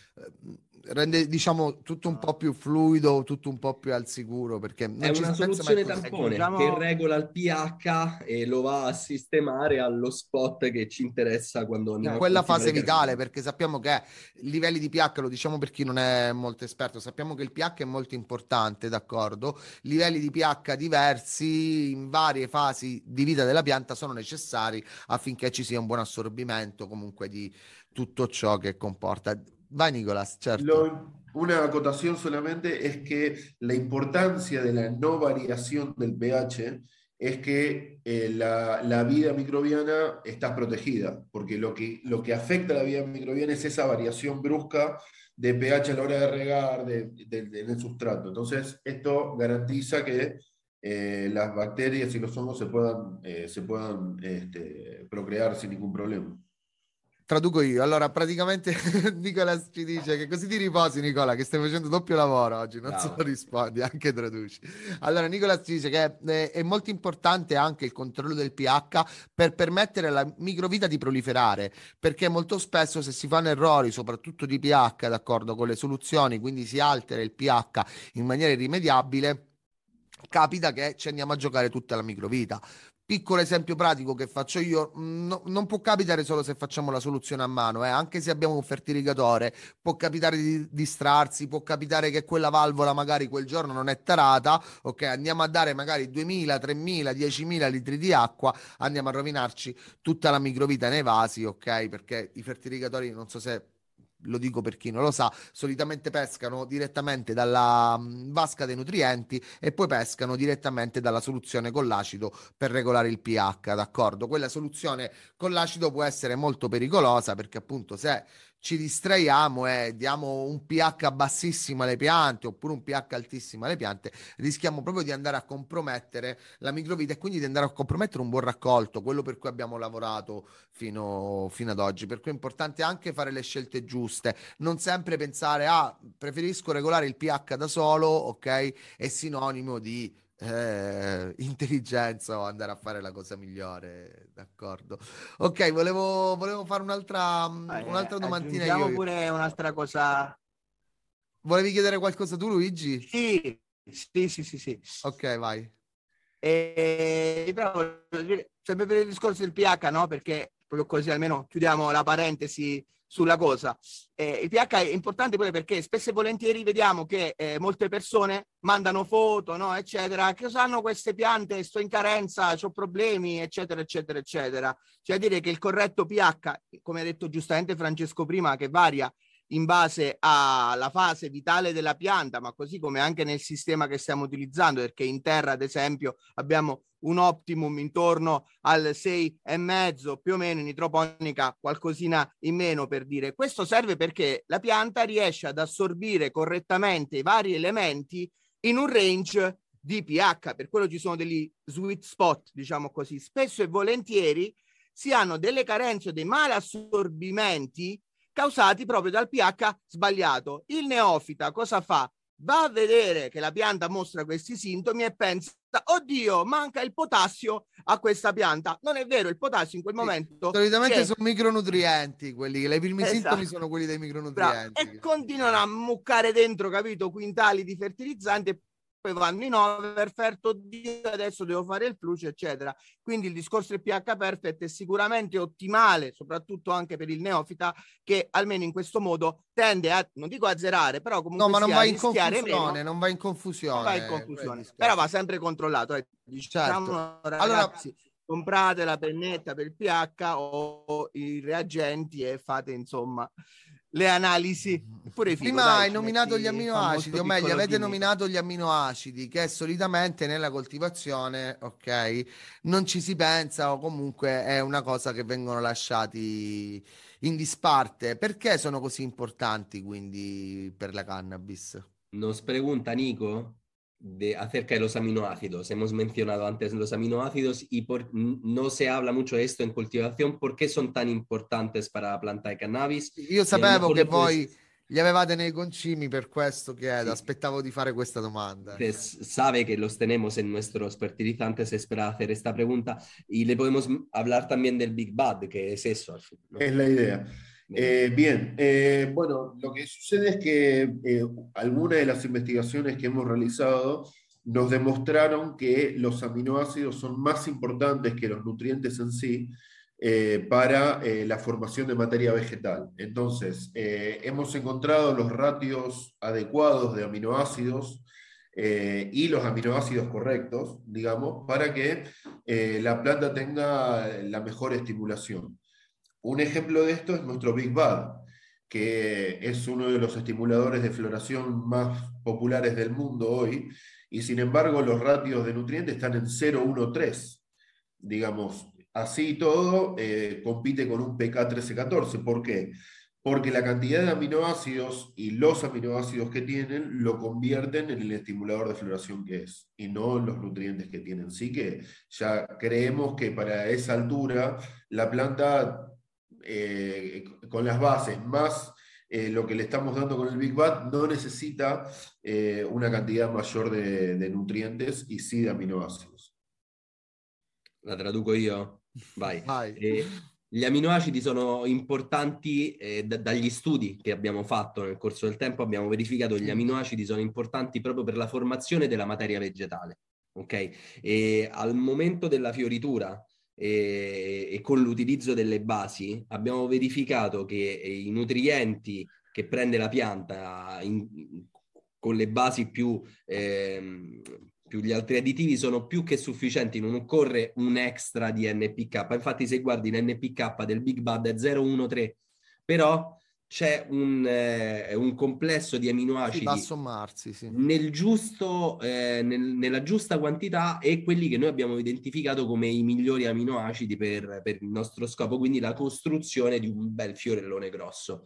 rende, diciamo, tutto un po' più fluido, tutto un po' più al sicuro, perché È non ci una si pensa mai soluzione così. tampone che Aggiungiamo, regola il pH e lo va a sistemare allo spot che ci interessa quando In andiamo a quella coltivare fase vitale, carbone. perché sappiamo che livelli di pH, lo diciamo per chi non è molto esperto, sappiamo che il pH è molto importante, d'accordo? Livelli di pH diversi in varie fasi di vita della pianta sono necessari affinché ci sia un buon assorbimento comunque di tutto ciò che comporta. Vai Nicolas, certo. Una acotación solamente es que la importancia de la no variación del pH es que la vida microbiana está protegida, porque lo que afecta a la vida microbiana es esa variación brusca de pH a la hora de regar, en el sustrato. Entonces, esto garantiza que las bacterias y los hongos se puedan procrear sin ningún problema. Traduco io. Allora, praticamente Nicola ci dice che così ti riposi, Nicola, che stai facendo doppio lavoro oggi, non solo Bravo. rispondi, anche traduci. Allora, Nicola ci dice che è molto importante anche il controllo del pH per permettere alla microvita di proliferare, perché molto spesso se si fanno errori, soprattutto di pH, d'accordo, con le soluzioni, quindi si altera il pH in maniera irrimediabile, capita che ci andiamo a giocare tutta la microvita. piccolo esempio pratico che faccio io, non può capitare solo se facciamo la soluzione a mano, anche se abbiamo un fertilizzatore, può capitare di distrarsi, può capitare che quella valvola magari quel giorno non è tarata, ok, andiamo a dare magari 2000, 3000, 10.000 litri di acqua, andiamo a rovinarci tutta la microvita nei vasi, ok, perché i fertilizzatori, non so se lo dico per chi non lo sa, solitamente pescano direttamente dalla vasca dei nutrienti e poi pescano direttamente dalla soluzione con l'acido per regolare il pH, d'accordo? Quella soluzione con l'acido può essere molto pericolosa perché appunto se ci distraiamo e diamo un pH bassissimo alle piante oppure un pH altissimo alle piante, rischiamo proprio di andare a compromettere la microvita e quindi di andare a compromettere un buon raccolto, quello per cui abbiamo lavorato fino ad oggi. Per cui è importante anche fare le scelte giuste, non sempre pensare preferisco regolare il pH da solo, ok? È sinonimo di intelligenza o andare a fare la cosa migliore, d'accordo? Ok, volevo fare un'altra domantina Aggiungiamo io. pure un'altra cosa. Volevi chiedere qualcosa tu, Luigi? Sì, sì, sì, sì, sì. Ok, vai. Però voglio dire, sempre per il discorso del pH, no? Perché proprio così almeno chiudiamo la parentesi sulla cosa. Il pH è importante pure perché spesso e volentieri vediamo che molte persone mandano foto, no, eccetera, che sanno queste piante, sto in carenza, ho problemi, eccetera, eccetera, eccetera. Cioè a dire che il corretto pH, come ha detto giustamente Francesco prima, che varia in base alla fase vitale della pianta, ma così come anche nel sistema che stiamo utilizzando, perché in terra, ad esempio, abbiamo un optimum intorno al 6,5 più o meno, in idroponica qualcosina in meno, per dire. Questo serve perché la pianta riesce ad assorbire correttamente i vari elementi in un range di pH, per quello ci sono degli sweet spot, diciamo così. Spesso e volentieri si hanno delle carenze o dei malassorbimenti causati proprio dal pH sbagliato. Il neofita cosa fa? Va a vedere che la pianta mostra questi sintomi e pensa, oddio, manca il potassio a questa pianta. Non è vero, il potassio in quel momento solitamente c'è. sono micronutrienti, quelli che i primi sintomi sono quelli dei Bravo. micronutrienti. E continuano a muccare dentro, capito, quintali di fertilizzanti, poi vanno in overferto, oddio, adesso devo fare il plus, eccetera. Quindi il discorso del pH perfect è sicuramente ottimale, soprattutto anche per il neofita, che almeno in questo modo tende a, non dico azzerare, però comunque No, ma non sia va a in rischiare meno. confusione, non va in Non confusione. va in confusione, però va sempre controllato. Diciamo, Certo. ragazzi, Allora, comprate la pennetta per il pH o i reagenti e fate, insomma, le analisi. Pure figo, prima dai, hai ci nominato gli metti, fa amminoacidi, molto o meglio, piccolo avete gimmick. nominato gli amminoacidi che solitamente nella coltivazione, ok, non ci si pensa o comunque è una cosa che vengono lasciati in disparte. Perché sono così importanti quindi per la cannabis? Nos pregunta Nico acerca de los aminoácidos. Hemos mencionado antes los aminoácidos y no se habla mucho de esto en cultivación. ¿Por qué son tan importantes para la planta de cannabis? Io Y a lo sapevo mejor che le puedes, voi li avevate nei concimi, per questo chiedo, sí, aspettavo di fare questa domanda. sabe que los tenemos en nuestros fertilizantes, espera hacer esta pregunta y le podemos hablar también del Big Bad, que es eso al fin, ¿no? Es la idea. Bien, bueno, lo que sucede es que algunas de las investigaciones que hemos realizado nos demostraron que los aminoácidos son más importantes que los nutrientes en sí para la formación de materia vegetal. Entonces, hemos encontrado los ratios adecuados de aminoácidos y los aminoácidos correctos, digamos, para que la planta tenga la mejor estimulación. Un ejemplo de esto es nuestro Big Bud, que es uno de los estimuladores de floración más populares del mundo hoy, y sin embargo los ratios de nutrientes están en 0,13. Digamos, así y todo, compite con un PK 1314. ¿Por qué? Porque la cantidad de aminoácidos y los aminoácidos que tienen lo convierten en el estimulador de floración que es, y no los nutrientes que tienen. Así que ya creemos que para esa altura la planta, con las bases más lo que le estamos dando con el Big Bad, no necesita una cantidad mayor de nutrientes y sí de aminoácidos. La traduco io? Vai. Vai. Gli aminoacidi sono importanti dagli studi che abbiamo fatto nel corso del tempo, abbiamo verificato che gli aminoacidi sono importanti proprio per la formazione della materia vegetale. ok? E al momento della fioritura e con l'utilizzo delle basi abbiamo verificato che i nutrienti che prende la pianta con le basi più gli altri additivi sono più che sufficienti, non occorre un extra di NPK. Infatti se guardi l'NPK del Big Bad è 013, però c'è un complesso di aminoacidi va a sommarsi, sì. nella giusta quantità e quelli che noi abbiamo identificato come i migliori aminoacidi per il nostro scopo, quindi la costruzione di un bel fiorellone grosso.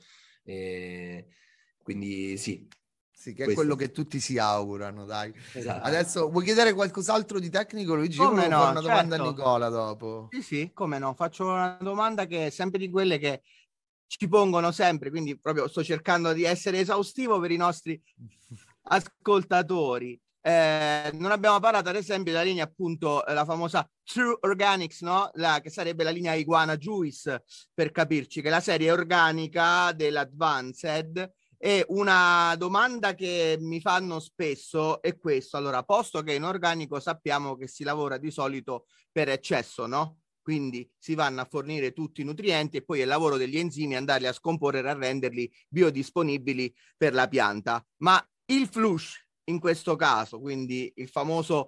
Quindi sì. Sì, che è quello che tutti si augurano, dai. Esatto. Adesso vuoi chiedere qualcos'altro di tecnico, Luigi? Io Come volevo no, fare una domanda a certo. Nicola dopo. Sì, come no, faccio una domanda che è sempre di quelle che ci pongono sempre, quindi proprio sto cercando di essere esaustivo per i nostri ascoltatori. Non abbiamo parlato ad esempio della linea appunto la famosa True Organics, no? Che sarebbe la linea Iguana Juice, per capirci, che è la serie organica dell'Advanced. E una domanda che mi fanno spesso è questo: allora, posto che in organico sappiamo che si lavora di solito per eccesso, no? Quindi si vanno a fornire tutti i nutrienti e poi è il lavoro degli enzimi andarli a scomporre e a renderli biodisponibili per la pianta. Ma il flush in questo caso, quindi il famoso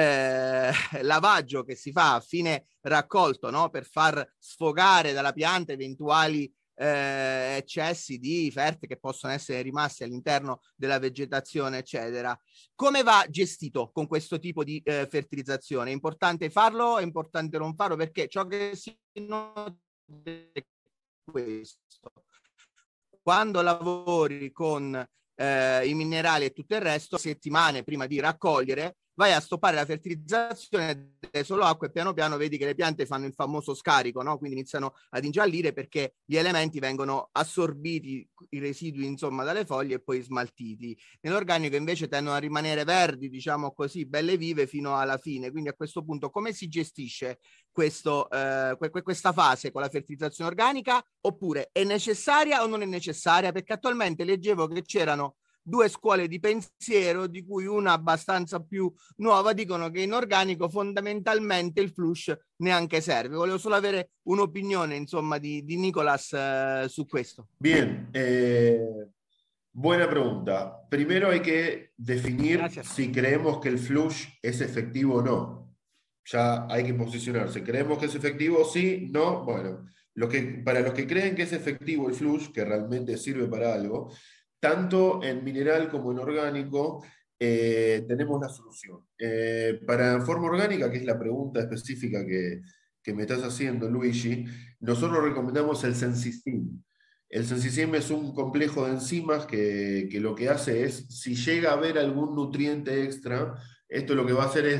lavaggio che si fa a fine raccolto, no? Per far sfogare dalla pianta eventuali eccessi di ferti che possono essere rimasti all'interno della vegetazione, eccetera. Come va gestito con questo tipo di fertilizzazione? È importante farlo? È importante non farlo? Perché ciò che si nota è questo: quando lavori con i minerali e tutto il resto, settimane prima di raccogliere, vai a stoppare la fertilizzazione, solo acqua e piano piano vedi che le piante fanno il famoso scarico, no? Quindi iniziano ad ingiallire perché gli elementi vengono assorbiti, i residui insomma dalle foglie e poi smaltiti. Nell'organico invece tendono a rimanere verdi, diciamo così, belle vive fino alla fine. Quindi a questo punto come si gestisce questa fase con la fertilizzazione organica? Oppure è necessaria o non è necessaria? Perché attualmente leggevo che c'erano due scuole di pensiero, di cui una abbastanza più nuova, dicono che in organico fondamentalmente il flush neanche serve. Volevo solo avere un'opinione, insomma, di Nicolas su questo. Bien, buena pregunta. Primero hay que definir Gracias. si creemos que el flush es efectivo o no. Ya hay que posicionarse. ¿Creemos que es efectivo? Sí, no. Bueno, para los que creen que es efectivo el flush, que realmente sirve para algo, tanto en mineral como en orgánico, tenemos la solución. Para forma orgánica, que es la pregunta específica que me estás haciendo, Luigi, nosotros recomendamos el Sensisim. El Sensisim es un complejo de enzimas que lo que hace es, si llega a haber algún nutriente extra, esto lo que va a hacer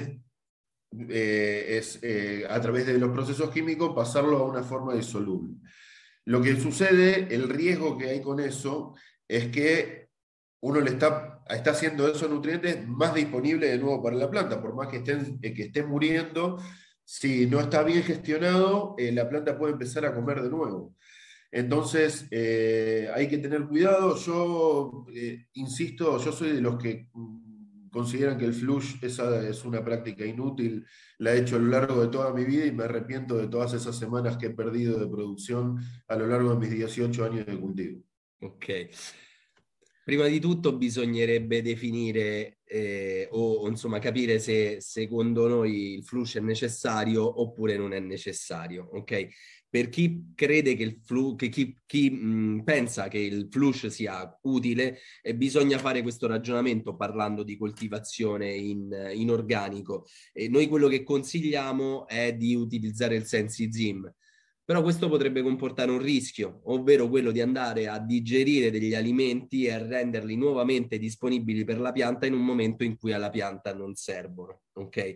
es a través de los procesos químicos pasarlo a una forma disoluble. Lo que sucede, el riesgo que hay con eso, es que uno le está haciendo esos nutrientes más disponibles de nuevo para la planta, por más que estén muriendo, si no está bien gestionado, la planta puede empezar a comer de nuevo. Entonces, hay que tener cuidado. Yo insisto, yo soy de los que consideran que el flush es una práctica inútil. La he hecho a lo largo de toda mi vida y me arrepiento de todas esas semanas que he perdido de producción a lo largo de mis 18 años de cultivo. Ok. Prima di tutto bisognerebbe definire o insomma capire se secondo noi il flush è necessario oppure non è necessario, ok? Per chi crede che chi pensa che il flush sia utile, bisogna fare questo ragionamento parlando di coltivazione in organico. E noi quello che consigliamo è di utilizzare il Sensizim. Però questo potrebbe comportare un rischio, ovvero quello di andare a digerire degli alimenti e a renderli nuovamente disponibili per la pianta in un momento in cui alla pianta non servono, ok?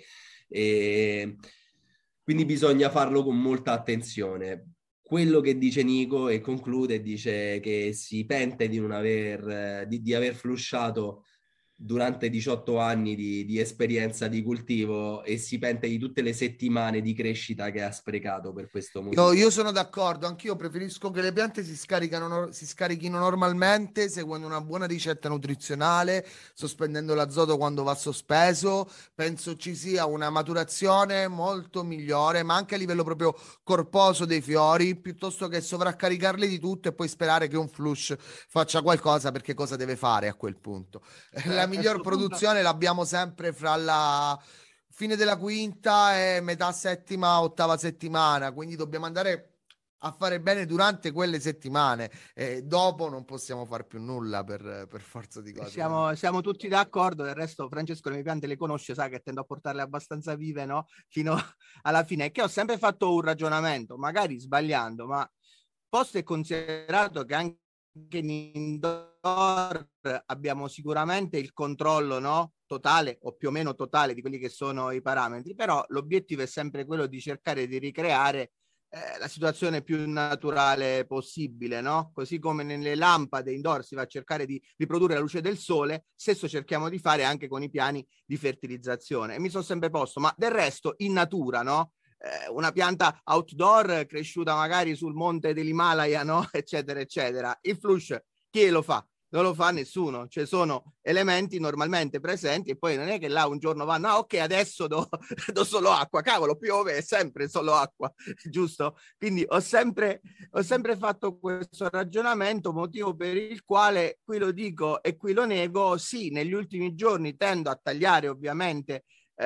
Quindi bisogna farlo con molta attenzione. Quello che dice Nico e conclude, dice che si pente di non aver flushato durante 18 anni di esperienza di coltivo e si pente di tutte le settimane di crescita che ha sprecato per questo motivo. Io sono d'accordo, anch'io preferisco che le piante si scarichino normalmente, seguendo una buona ricetta nutrizionale, sospendendo l'azoto quando va sospeso. Penso ci sia una maturazione molto migliore, ma anche a livello proprio corposo dei fiori, piuttosto che sovraccaricarli di tutto e poi sperare che un flush faccia qualcosa, perché cosa deve fare a quel punto? La miglior produzione l'abbiamo sempre fra la fine della quinta e metà settima, ottava settimana, quindi dobbiamo andare a fare bene durante quelle settimane e dopo non possiamo fare più nulla per forza di cose. Siamo tutti d'accordo, del resto Francesco le mie piante le conosce, sa che tendo a portarle abbastanza vive, no? Fino alla fine, e che ho sempre fatto un ragionamento, magari sbagliando, ma posto e considerato che anche in indoor abbiamo sicuramente il controllo, no? Totale o più o meno totale di quelli che sono i parametri, però l'obiettivo è sempre quello di cercare di ricreare la situazione più naturale possibile, no? Così come nelle lampade indoor si va a cercare di riprodurre la luce del sole, stesso cerchiamo di fare anche con i piani di fertilizzazione. E mi sono sempre posto, ma del resto in natura, no? Una pianta outdoor cresciuta magari sul monte dell'Himalaya, no? Eccetera, eccetera. Il flush, chi lo fa? Non lo fa nessuno, cioè sono elementi normalmente presenti e poi non è che là un giorno vanno, ok, adesso do solo acqua, cavolo, piove, è sempre solo acqua, giusto? Quindi ho sempre fatto questo ragionamento, motivo per il quale qui lo dico e qui lo nego, sì, negli ultimi giorni tendo a tagliare ovviamente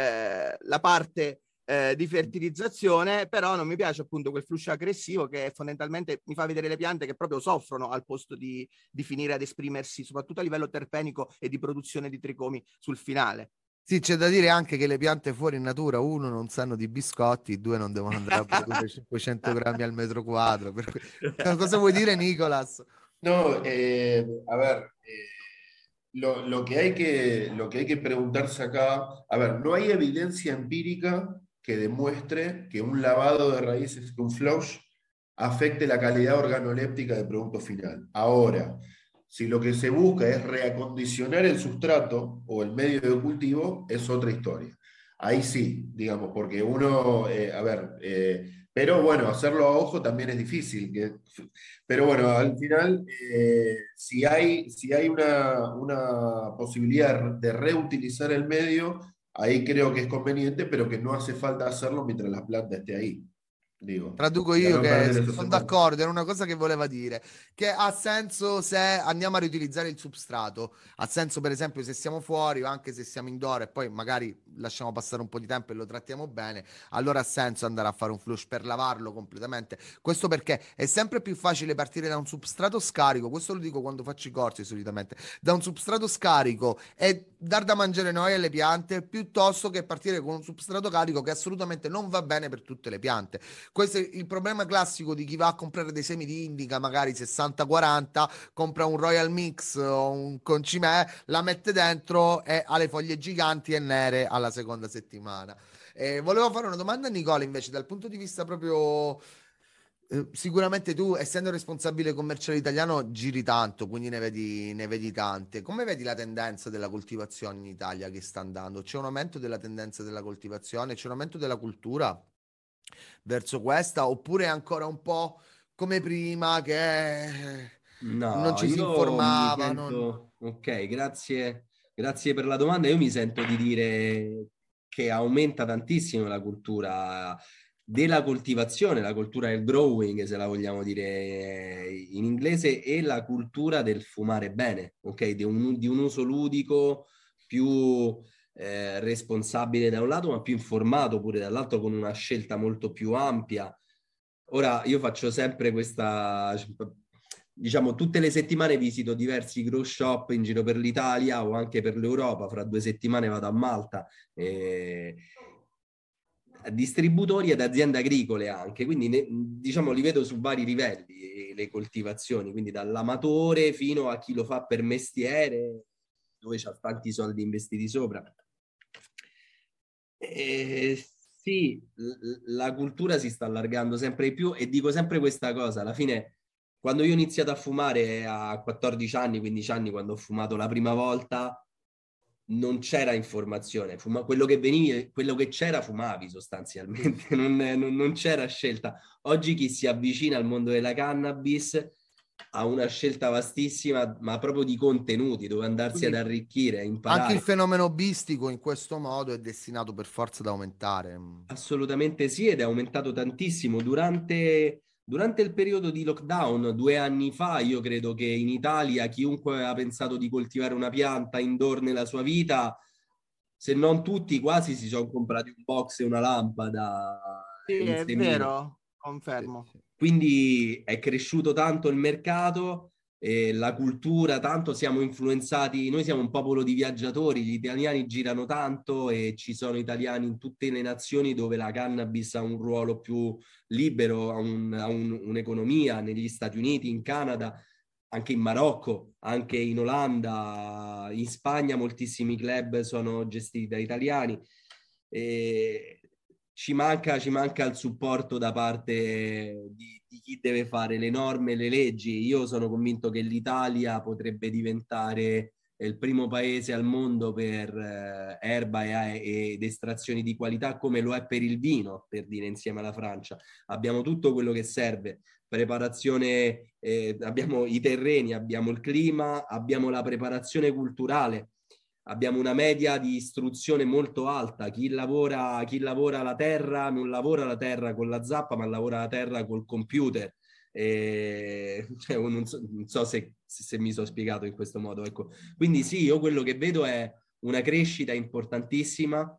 la parte di fertilizzazione, però non mi piace appunto quel flusso aggressivo che fondamentalmente mi fa vedere le piante che proprio soffrono al posto di finire ad esprimersi, soprattutto a livello terpenico e di produzione di tricomi sul finale. Sì, c'è da dire anche che le piante fuori in natura, uno, non sanno di biscotti, due, non devono andare a produrre 500 grammi al metro quadro. Per cui... Cosa vuoi dire, Nicolas? No, a ver, lo que hay que preguntarse acá, a ver, no hay evidencia empírica que demuestre que un lavado de raíces, que un flush, afecte la calidad organoléptica del producto final. Ahora, si lo que se busca es reacondicionar el sustrato o el medio de cultivo, es otra historia. Ahí sí, digamos, porque uno, pero bueno, hacerlo a ojo también es difícil. Pero bueno, al final, si hay una posibilidad de reutilizar el medio, ahí creo que es conveniente, pero que no hace falta hacerlo mientras la planta esté ahí. Dico, traduco io che sono d'accordo, era una cosa che voleva dire, che ha senso se andiamo a riutilizzare il substrato, ha senso per esempio se siamo fuori o anche se siamo indoor e poi magari lasciamo passare un po' di tempo e lo trattiamo bene, allora ha senso andare a fare un flush per lavarlo completamente. Questo perché è sempre più facile partire da un substrato scarico, questo lo dico quando faccio i corsi solitamente, da un substrato scarico e dar da mangiare noi alle piante piuttosto che partire con un substrato carico che assolutamente non va bene per tutte le piante. Questo è il problema classico di chi va a comprare dei semi di indica, magari 60-40, compra un Royal Mix o un concimè, la mette dentro e ha le foglie giganti e nere alla seconda settimana. Volevo fare una domanda a Nicola invece, dal punto di vista proprio... sicuramente tu, essendo responsabile commerciale italiano, giri tanto, quindi ne vedi tante. Come vedi la tendenza della coltivazione in Italia che sta andando? C'è un aumento della tendenza della coltivazione? C'è un aumento della cultura verso questa, oppure è ancora un po' come prima che non ci si informava? Ok, grazie per la domanda. Io mi sento di dire che aumenta tantissimo la cultura della coltivazione, la cultura del growing, se la vogliamo dire in inglese, e la cultura del fumare bene, ok? Di un uso ludico più responsabile da un lato, ma più informato pure dall'altro, con una scelta molto più ampia. Ora, io faccio sempre questa, diciamo, tutte le settimane visito diversi grow shop in giro per l'Italia o anche per l'Europa. Fra 2 settimane vado a Malta, distributori ed aziende agricole anche, quindi diciamo li vedo su vari livelli le coltivazioni, quindi dall'amatore fino a chi lo fa per mestiere, dove c'ha tanti soldi investiti sopra. Sì, la cultura si sta allargando sempre di più e dico sempre questa cosa, alla fine quando io ho iniziato a fumare a 14 anni, 15 anni, quando ho fumato la prima volta, non c'era informazione, quello che c'era fumavi sostanzialmente, non c'era scelta. Oggi chi si avvicina al mondo della cannabis ha una scelta vastissima, ma proprio di contenuti, dove andarsi ad arricchire, a imparare. Anche il fenomeno hobbistico in questo modo è destinato per forza ad aumentare. Assolutamente sì, ed è aumentato tantissimo durante il periodo di lockdown 2 anni fa. Io credo che in Italia chiunque ha pensato di coltivare una pianta indoor nella sua vita, se non tutti, quasi si sono comprati un box e una lampada. Sì, Un è semino. vero, confermo. Quindi è cresciuto tanto il mercato, la cultura, tanto siamo influenzati, noi siamo un popolo di viaggiatori, gli italiani girano tanto e ci sono italiani in tutte le nazioni dove la cannabis ha un ruolo più libero, ha un'economia, negli Stati Uniti, in Canada, anche in Marocco, anche in Olanda, in Spagna moltissimi club sono gestiti da italiani. Ci manca il supporto da parte di chi deve fare le norme, le leggi. Io sono convinto che l'Italia potrebbe diventare il primo paese al mondo per erba ed estrazioni di qualità, come lo è per il vino, per dire, insieme alla Francia. Abbiamo tutto quello che serve. Preparazione, abbiamo i terreni, abbiamo il clima, abbiamo la preparazione culturale. Abbiamo una media di istruzione molto alta. Chi lavora la terra non lavora la terra con la zappa, ma lavora la terra col computer. Cioè, non so se mi sono spiegato in questo modo. Ecco. Quindi sì, io quello che vedo è una crescita importantissima,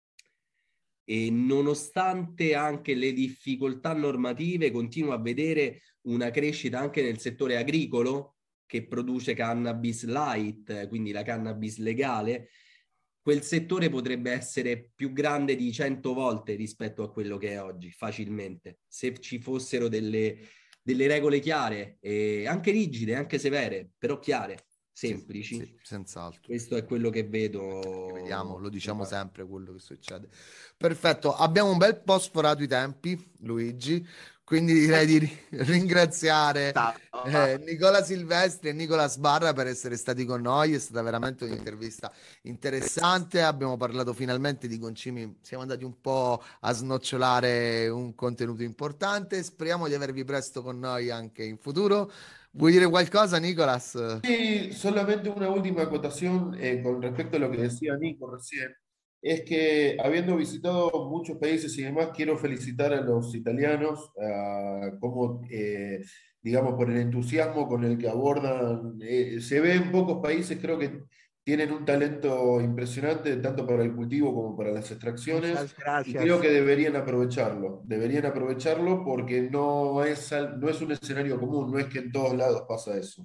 e nonostante anche le difficoltà normative, continuo a vedere una crescita anche nel settore agricolo, che produce cannabis light, quindi la cannabis legale. Quel settore potrebbe essere più grande di 100 volte rispetto a quello che è oggi, facilmente, se ci fossero delle regole chiare, e anche rigide, anche severe, però chiare, semplici. Sì, senz'altro. Questo è quello che vedo. Vediamo, lo diciamo sempre quello che succede. Perfetto, abbiamo un bel po' sforato i tempi, Luigi, quindi direi di ringraziare Nicola Silvestri e Nicola Sbarra per essere stati con noi. È stata veramente un'intervista interessante. Abbiamo parlato finalmente di concimi, siamo andati un po' a snocciolare un contenuto importante. Speriamo di avervi presto con noi anche in futuro. ¿Vuoi dire qualcosa, Nicolas? Sí, solamente una última acotación con respecto a lo que decía Nico recién. Es que habiendo visitado muchos países y demás, quiero felicitar a los italianos, como, digamos, por el entusiasmo con el que abordan. Se ve en pocos países, creo que tienen un talento impresionante, tanto para el cultivo como para las extracciones. Muchas gracias. Y creo que deberían aprovecharlo porque no es un escenario común, no es que en todos lados pasa eso.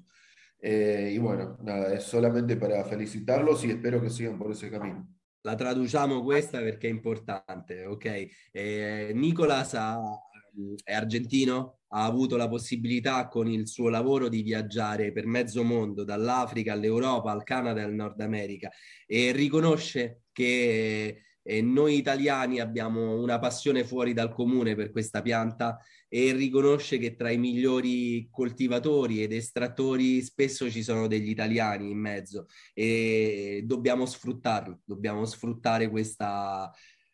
Y bueno, nada, es solamente para felicitarlos y espero che sigan por ese camino. La traduciamo questa perché è importante, ok? Nicolas è argentino, ha avuto la possibilità con il suo lavoro di viaggiare per mezzo mondo, dall'Africa all'Europa, al Canada e al Nord America, e riconosce che noi italiani abbiamo una passione fuori dal comune per questa pianta, e riconosce che tra i migliori coltivatori ed estrattori spesso ci sono degli italiani in mezzo, e dobbiamo sfruttarlo, dobbiamo sfruttare questa.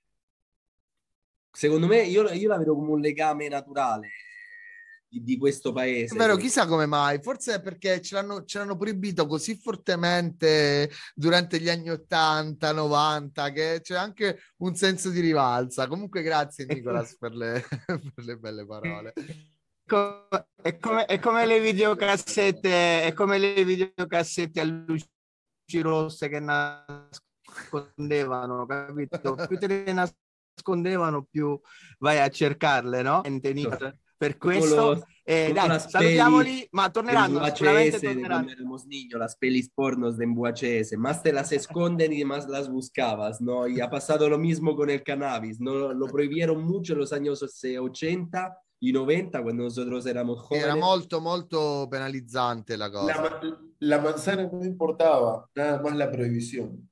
Secondo me, io la vedo come un legame naturale di questo paese. È vero, chissà come mai, forse è perché ce l'hanno proibito così fortemente durante gli anni 80, 90, che c'è anche un senso di rivalsa. Comunque grazie Nicolas per le belle parole. È come le videocassette, a luci rosse che nascondevano, capito? Più te ne nascondevano, più vai a cercarle, no? Per questo, dai, salutiamoli, ma torneranno, sicuramente torneranno. Las pelis pornos de Embuachese, más te las esconden y más las buscabas, ¿no? Y ha pasado lo mismo con el cannabis, ¿no? Lo prohibieron mucho en los años 80 y 90, cuando nosotros éramos jóvenes. Era molto, molto penalizzante la cosa. La manzana no importaba, nada más la prohibición.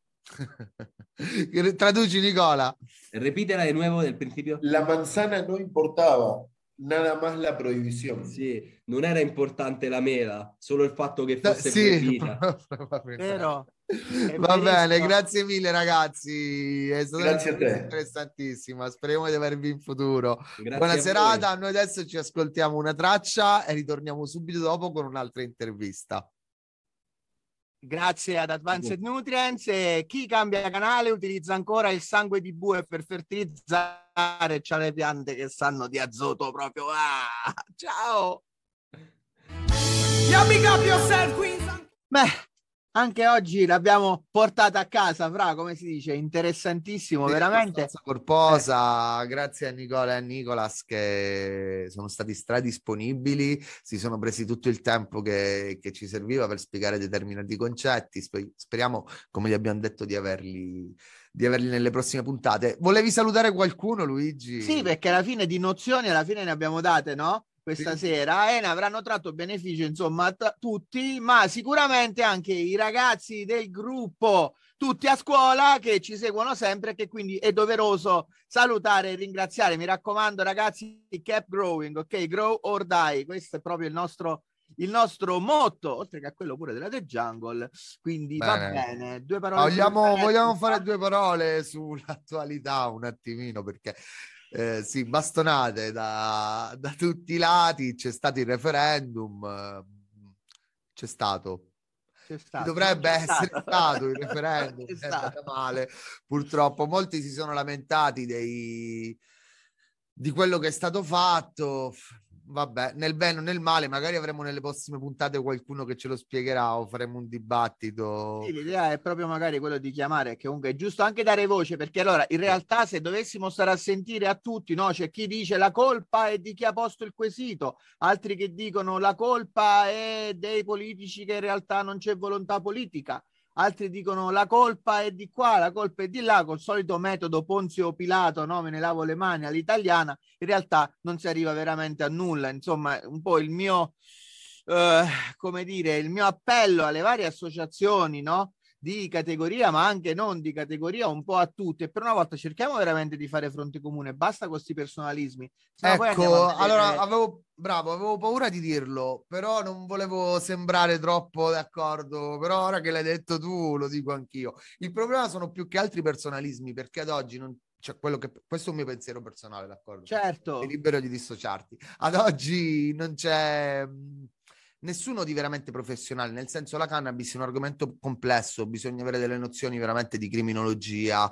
Traduci, Nicola. Repítela de nuevo del principio. La manzana no importaba, nada más la prohibición. Sì, non era importante la mela, solo il fatto che fosse proibita. Vero? Va bene, grazie mille ragazzi, è stata Grazie a te. interessantissima, speriamo di avervi in futuro. Grazie Buona a serata, voi. noi adesso ci ascoltiamo una traccia e ritorniamo subito dopo con un'altra intervista. Grazie ad Advanced Nutrients. E chi cambia canale utilizza ancora il sangue di bue per fertilizzare, c'ha le piante che sanno di azoto proprio. Ciao! Beh, anche oggi l'abbiamo portata a casa, Fra, come si dice, interessantissimo, Sì, veramente corposa. Grazie a Nicola e a Nicolas che sono stati stradisponibili, si sono presi tutto il tempo che ci serviva per spiegare determinati concetti. Speriamo, come gli abbiamo detto, di averli nelle prossime puntate. Volevi salutare qualcuno, Luigi? Sì, perché alla fine di nozioni alla fine ne abbiamo date, no? Questa sera e ne avranno tratto beneficio insomma tutti, ma sicuramente anche i ragazzi del gruppo, tutti a scuola che ci seguono sempre, che quindi è doveroso salutare e ringraziare. Mi raccomando ragazzi, keep growing, ok? Grow or die, questo è proprio il nostro motto, oltre che a quello pure della The Jungle. Quindi va bene, due parole. Vogliamo fare due parole sull'attualità un attimino, perché sì, bastonate da tutti i lati, c'è stato il referendum, c'è stato. Dovrebbe essere stato il referendum, è andata male, purtroppo. Molti si sono lamentati di quello che è stato fatto. Vabbè, nel bene o nel male, magari avremo nelle prossime puntate qualcuno che ce lo spiegherà o faremo un dibattito. Sì, l'idea è proprio magari quello di chiamare, che comunque è giusto anche dare voce, perché allora in realtà se dovessimo stare a sentire a tutti, no? C'è chi dice la colpa è di chi ha posto il quesito, altri che dicono la colpa è dei politici che in realtà non c'è volontà politica, altri dicono la colpa è di qua, la colpa è di là, col solito metodo Ponzio Pilato, no? Me ne lavo le mani all'italiana, in realtà non si arriva veramente a nulla. Insomma, un po' il mio, come dire, il mio appello alle varie associazioni, no? Di categoria, ma anche non di categoria, un po' a tutti, e per una volta cerchiamo veramente di fare fronte comune, basta con questi personalismi. Ecco, allora avevo paura di dirlo, però non volevo sembrare troppo d'accordo, però ora che l'hai detto tu lo dico anch'io. Il problema sono più che altri personalismi, perché ad oggi non c'è questo è un mio pensiero personale, d'accordo? Certo. Sei libero di dissociarti. Ad oggi non c'è nessuno di veramente professionale, nel senso la cannabis è un argomento complesso, bisogna avere delle nozioni veramente di criminologia,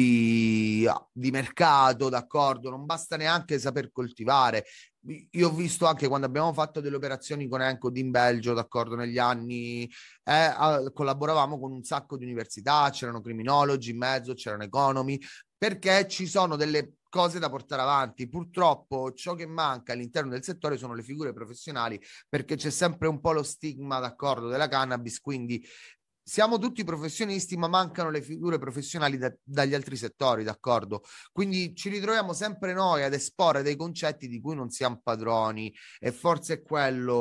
di mercato, d'accordo? Non basta neanche saper coltivare. Io ho visto anche quando abbiamo fatto delle operazioni con Encod in Belgio, d'accordo, negli anni, collaboravamo con un sacco di università, c'erano criminologi in mezzo, c'erano economi, perché ci sono delle cose da portare avanti. Purtroppo ciò che manca all'interno del settore sono le figure professionali, perché c'è sempre un po' lo stigma, d'accordo, della cannabis, quindi siamo tutti professionisti, ma mancano le figure professionali dagli altri settori, d'accordo? Quindi ci ritroviamo sempre noi ad esporre dei concetti di cui non siamo padroni, e forse è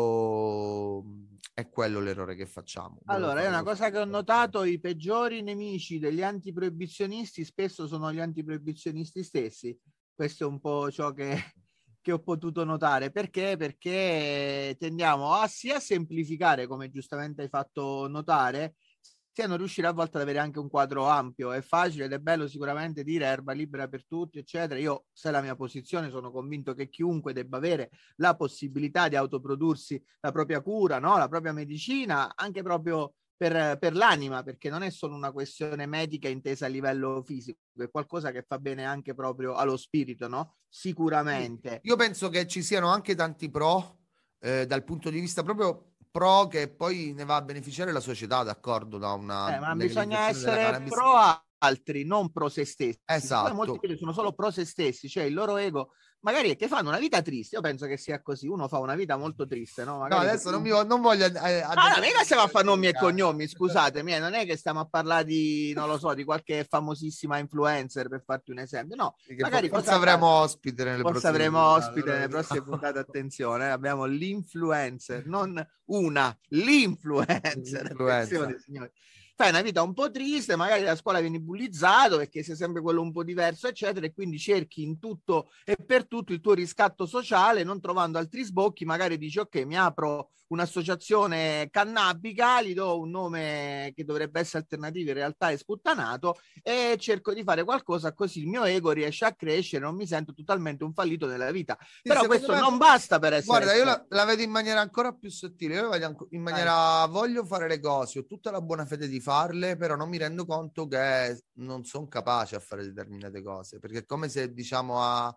quello l'errore che facciamo. Allora, è una cosa che ho notato: i peggiori nemici degli antiproibizionisti spesso sono gli antiproibizionisti stessi. Questo è un po' ciò che ho potuto notare. Perché? Perché tendiamo sia a semplificare, come giustamente hai fatto notare, sia a non riuscire a volte ad avere anche un quadro ampio. È facile ed è bello sicuramente dire erba libera per tutti, eccetera. Io, se è la mia posizione, sono convinto che chiunque debba avere la possibilità di autoprodursi la propria cura, no? La propria medicina, anche proprio per l'anima, perché non è solo una questione medica intesa a livello fisico, è qualcosa che fa bene anche proprio allo spirito, no? Sicuramente. Io penso che ci siano anche tanti pro, dal punto di vista proprio pro, che poi ne va a beneficiare la società, d'accordo? Da una ma bisogna essere pro altri, non pro se stessi. Esatto. Poi molti sono solo pro se stessi, cioè il loro ego magari è che fanno una vita triste. Io penso che sia così, uno fa una vita molto triste, no? Magari no, adesso non voglio mica stiamo a fare nomi e cognomi, scusatemi, non è che stiamo a parlare di, non lo so, di qualche famosissima influencer, per farti un esempio, no, magari forse avremo ospite nelle prossime puntate, attenzione, abbiamo l'influencer, non una, l'influencer. Attenzione, signori. fai una vita un po' triste, magari a scuola vieni bullizzato perché sei sempre quello un po' diverso, eccetera, e quindi cerchi in tutto e per tutto il tuo riscatto sociale, non trovando altri sbocchi, magari dici ok, mi apro un'associazione cannabica, gli do un nome che dovrebbe essere alternativo, in realtà è sputtanato, e cerco di fare qualcosa così il mio ego riesce a crescere, non mi sento totalmente un fallito nella vita. Sì, però questo non basta per essere... Guarda, io la vedo in maniera ancora più sottile, io la vedo in maniera voglio fare le cose, ho tutta la buona fede di farle, però non mi rendo conto che non sono capace a fare determinate cose, perché è come se diciamo a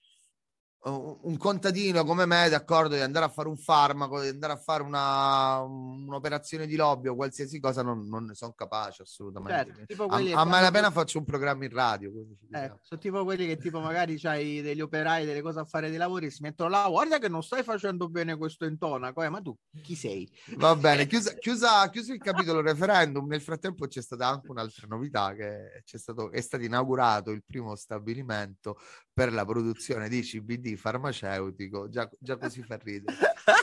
un contadino come me, d'accordo, di andare a fare un farmaco, di andare a fare un'operazione di lobby o qualsiasi cosa, non ne sono capace assolutamente. Certo, tipo quelli a malapena faccio un programma in radio. Sono tipo quelli che tipo magari c'hai degli operai, delle cose a fare dei lavori, si mettono là, guarda che non stai facendo bene questo intonaco, ma tu chi sei? Va bene, chiuso il capitolo referendum. Nel frattempo c'è stata anche un'altra novità, che è stato inaugurato il primo stabilimento per la produzione di CBD farmaceutico, già così fa ridere,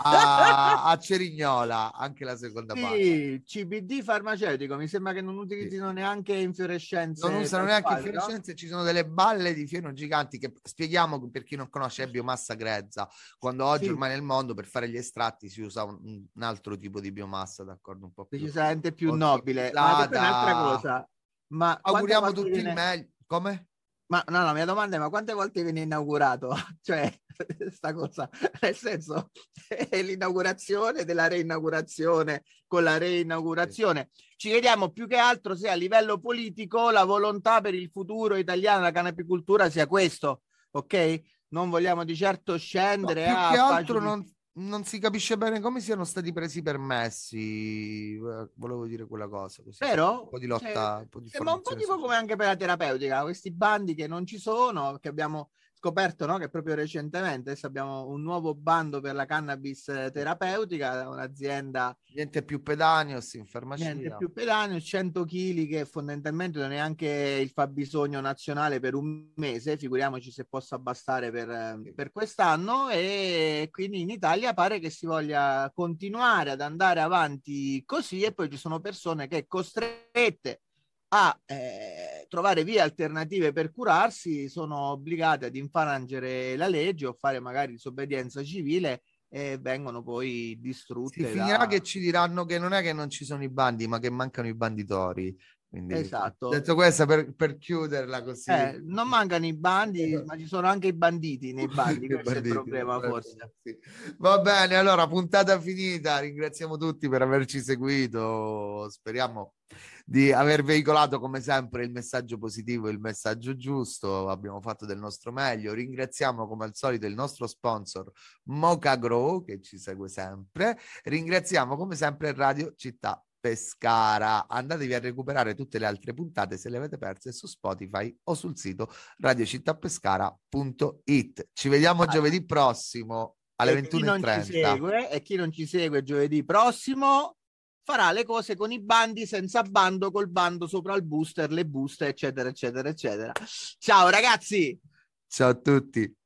a Cerignola, anche la seconda parte. CBD farmaceutico, mi sembra che non utilizzino neanche infiorescenze. Non usano neanche infiorescenze, no? Ci sono delle balle di fieno giganti che, spieghiamo per chi non conosce, è biomassa grezza, quando oggi ormai nel mondo per fare gli estratti si usa un altro tipo di biomassa, d'accordo, un po' più decisamente più nobile. Ma è un'altra cosa. Ma auguriamo tutti il meglio. Come? Ma no, la mia domanda è: ma quante volte viene inaugurato? Cioè, sta cosa, nel senso, è l'inaugurazione della reinaugurazione con la reinaugurazione. Ci chiediamo più che altro se a livello politico la volontà per il futuro italiano della canapicoltura sia questo, ok? Non vogliamo di certo scendere più che altro non si capisce bene come siano stati presi i permessi. Volevo dire quella cosa così. Però un po' di lotta, un po' di sembra un po' tipo come anche per la terapeutica, questi bandi che non ci sono, che abbiamo scoperto, no? Che proprio recentemente adesso abbiamo un nuovo bando per la cannabis terapeutica, un'azienda niente più pedanios in farmacia, niente più pedanios, 100 kg che fondamentalmente non è neanche il fabbisogno nazionale per un mese, figuriamoci se possa bastare per quest'anno, e quindi in Italia pare che si voglia continuare ad andare avanti così, e poi ci sono persone che costrette a trovare vie alternative per curarsi sono obbligate ad infrangere la legge o fare magari disobbedienza civile e vengono poi distrutte. Si finirà che ci diranno che non è che non ci sono i bandi, ma che mancano i banditori. Quindi, esatto. Detto questo, per chiuderla così. Non mancano i bandi, ma ci sono anche i banditi nei bandi, questo è il problema forse. Sì. Va bene, allora, puntata finita. Ringraziamo tutti per averci seguito. Speriamo di aver veicolato come sempre il messaggio positivo, il messaggio giusto. Abbiamo fatto del nostro meglio. Ringraziamo come al solito il nostro sponsor Mocha Grow, che ci segue sempre. Ringraziamo come sempre Radio Città Pescara. Andatevi a recuperare tutte le altre puntate se le avete perse su Spotify o sul sito radiocittapescara.it. Ci vediamo giovedì prossimo alle 21:30. E chi non ci segue giovedì prossimo farà le cose con i bandi, senza bando, col bando sopra il booster, le buste, eccetera, eccetera, eccetera. Ciao ragazzi! Ciao a tutti!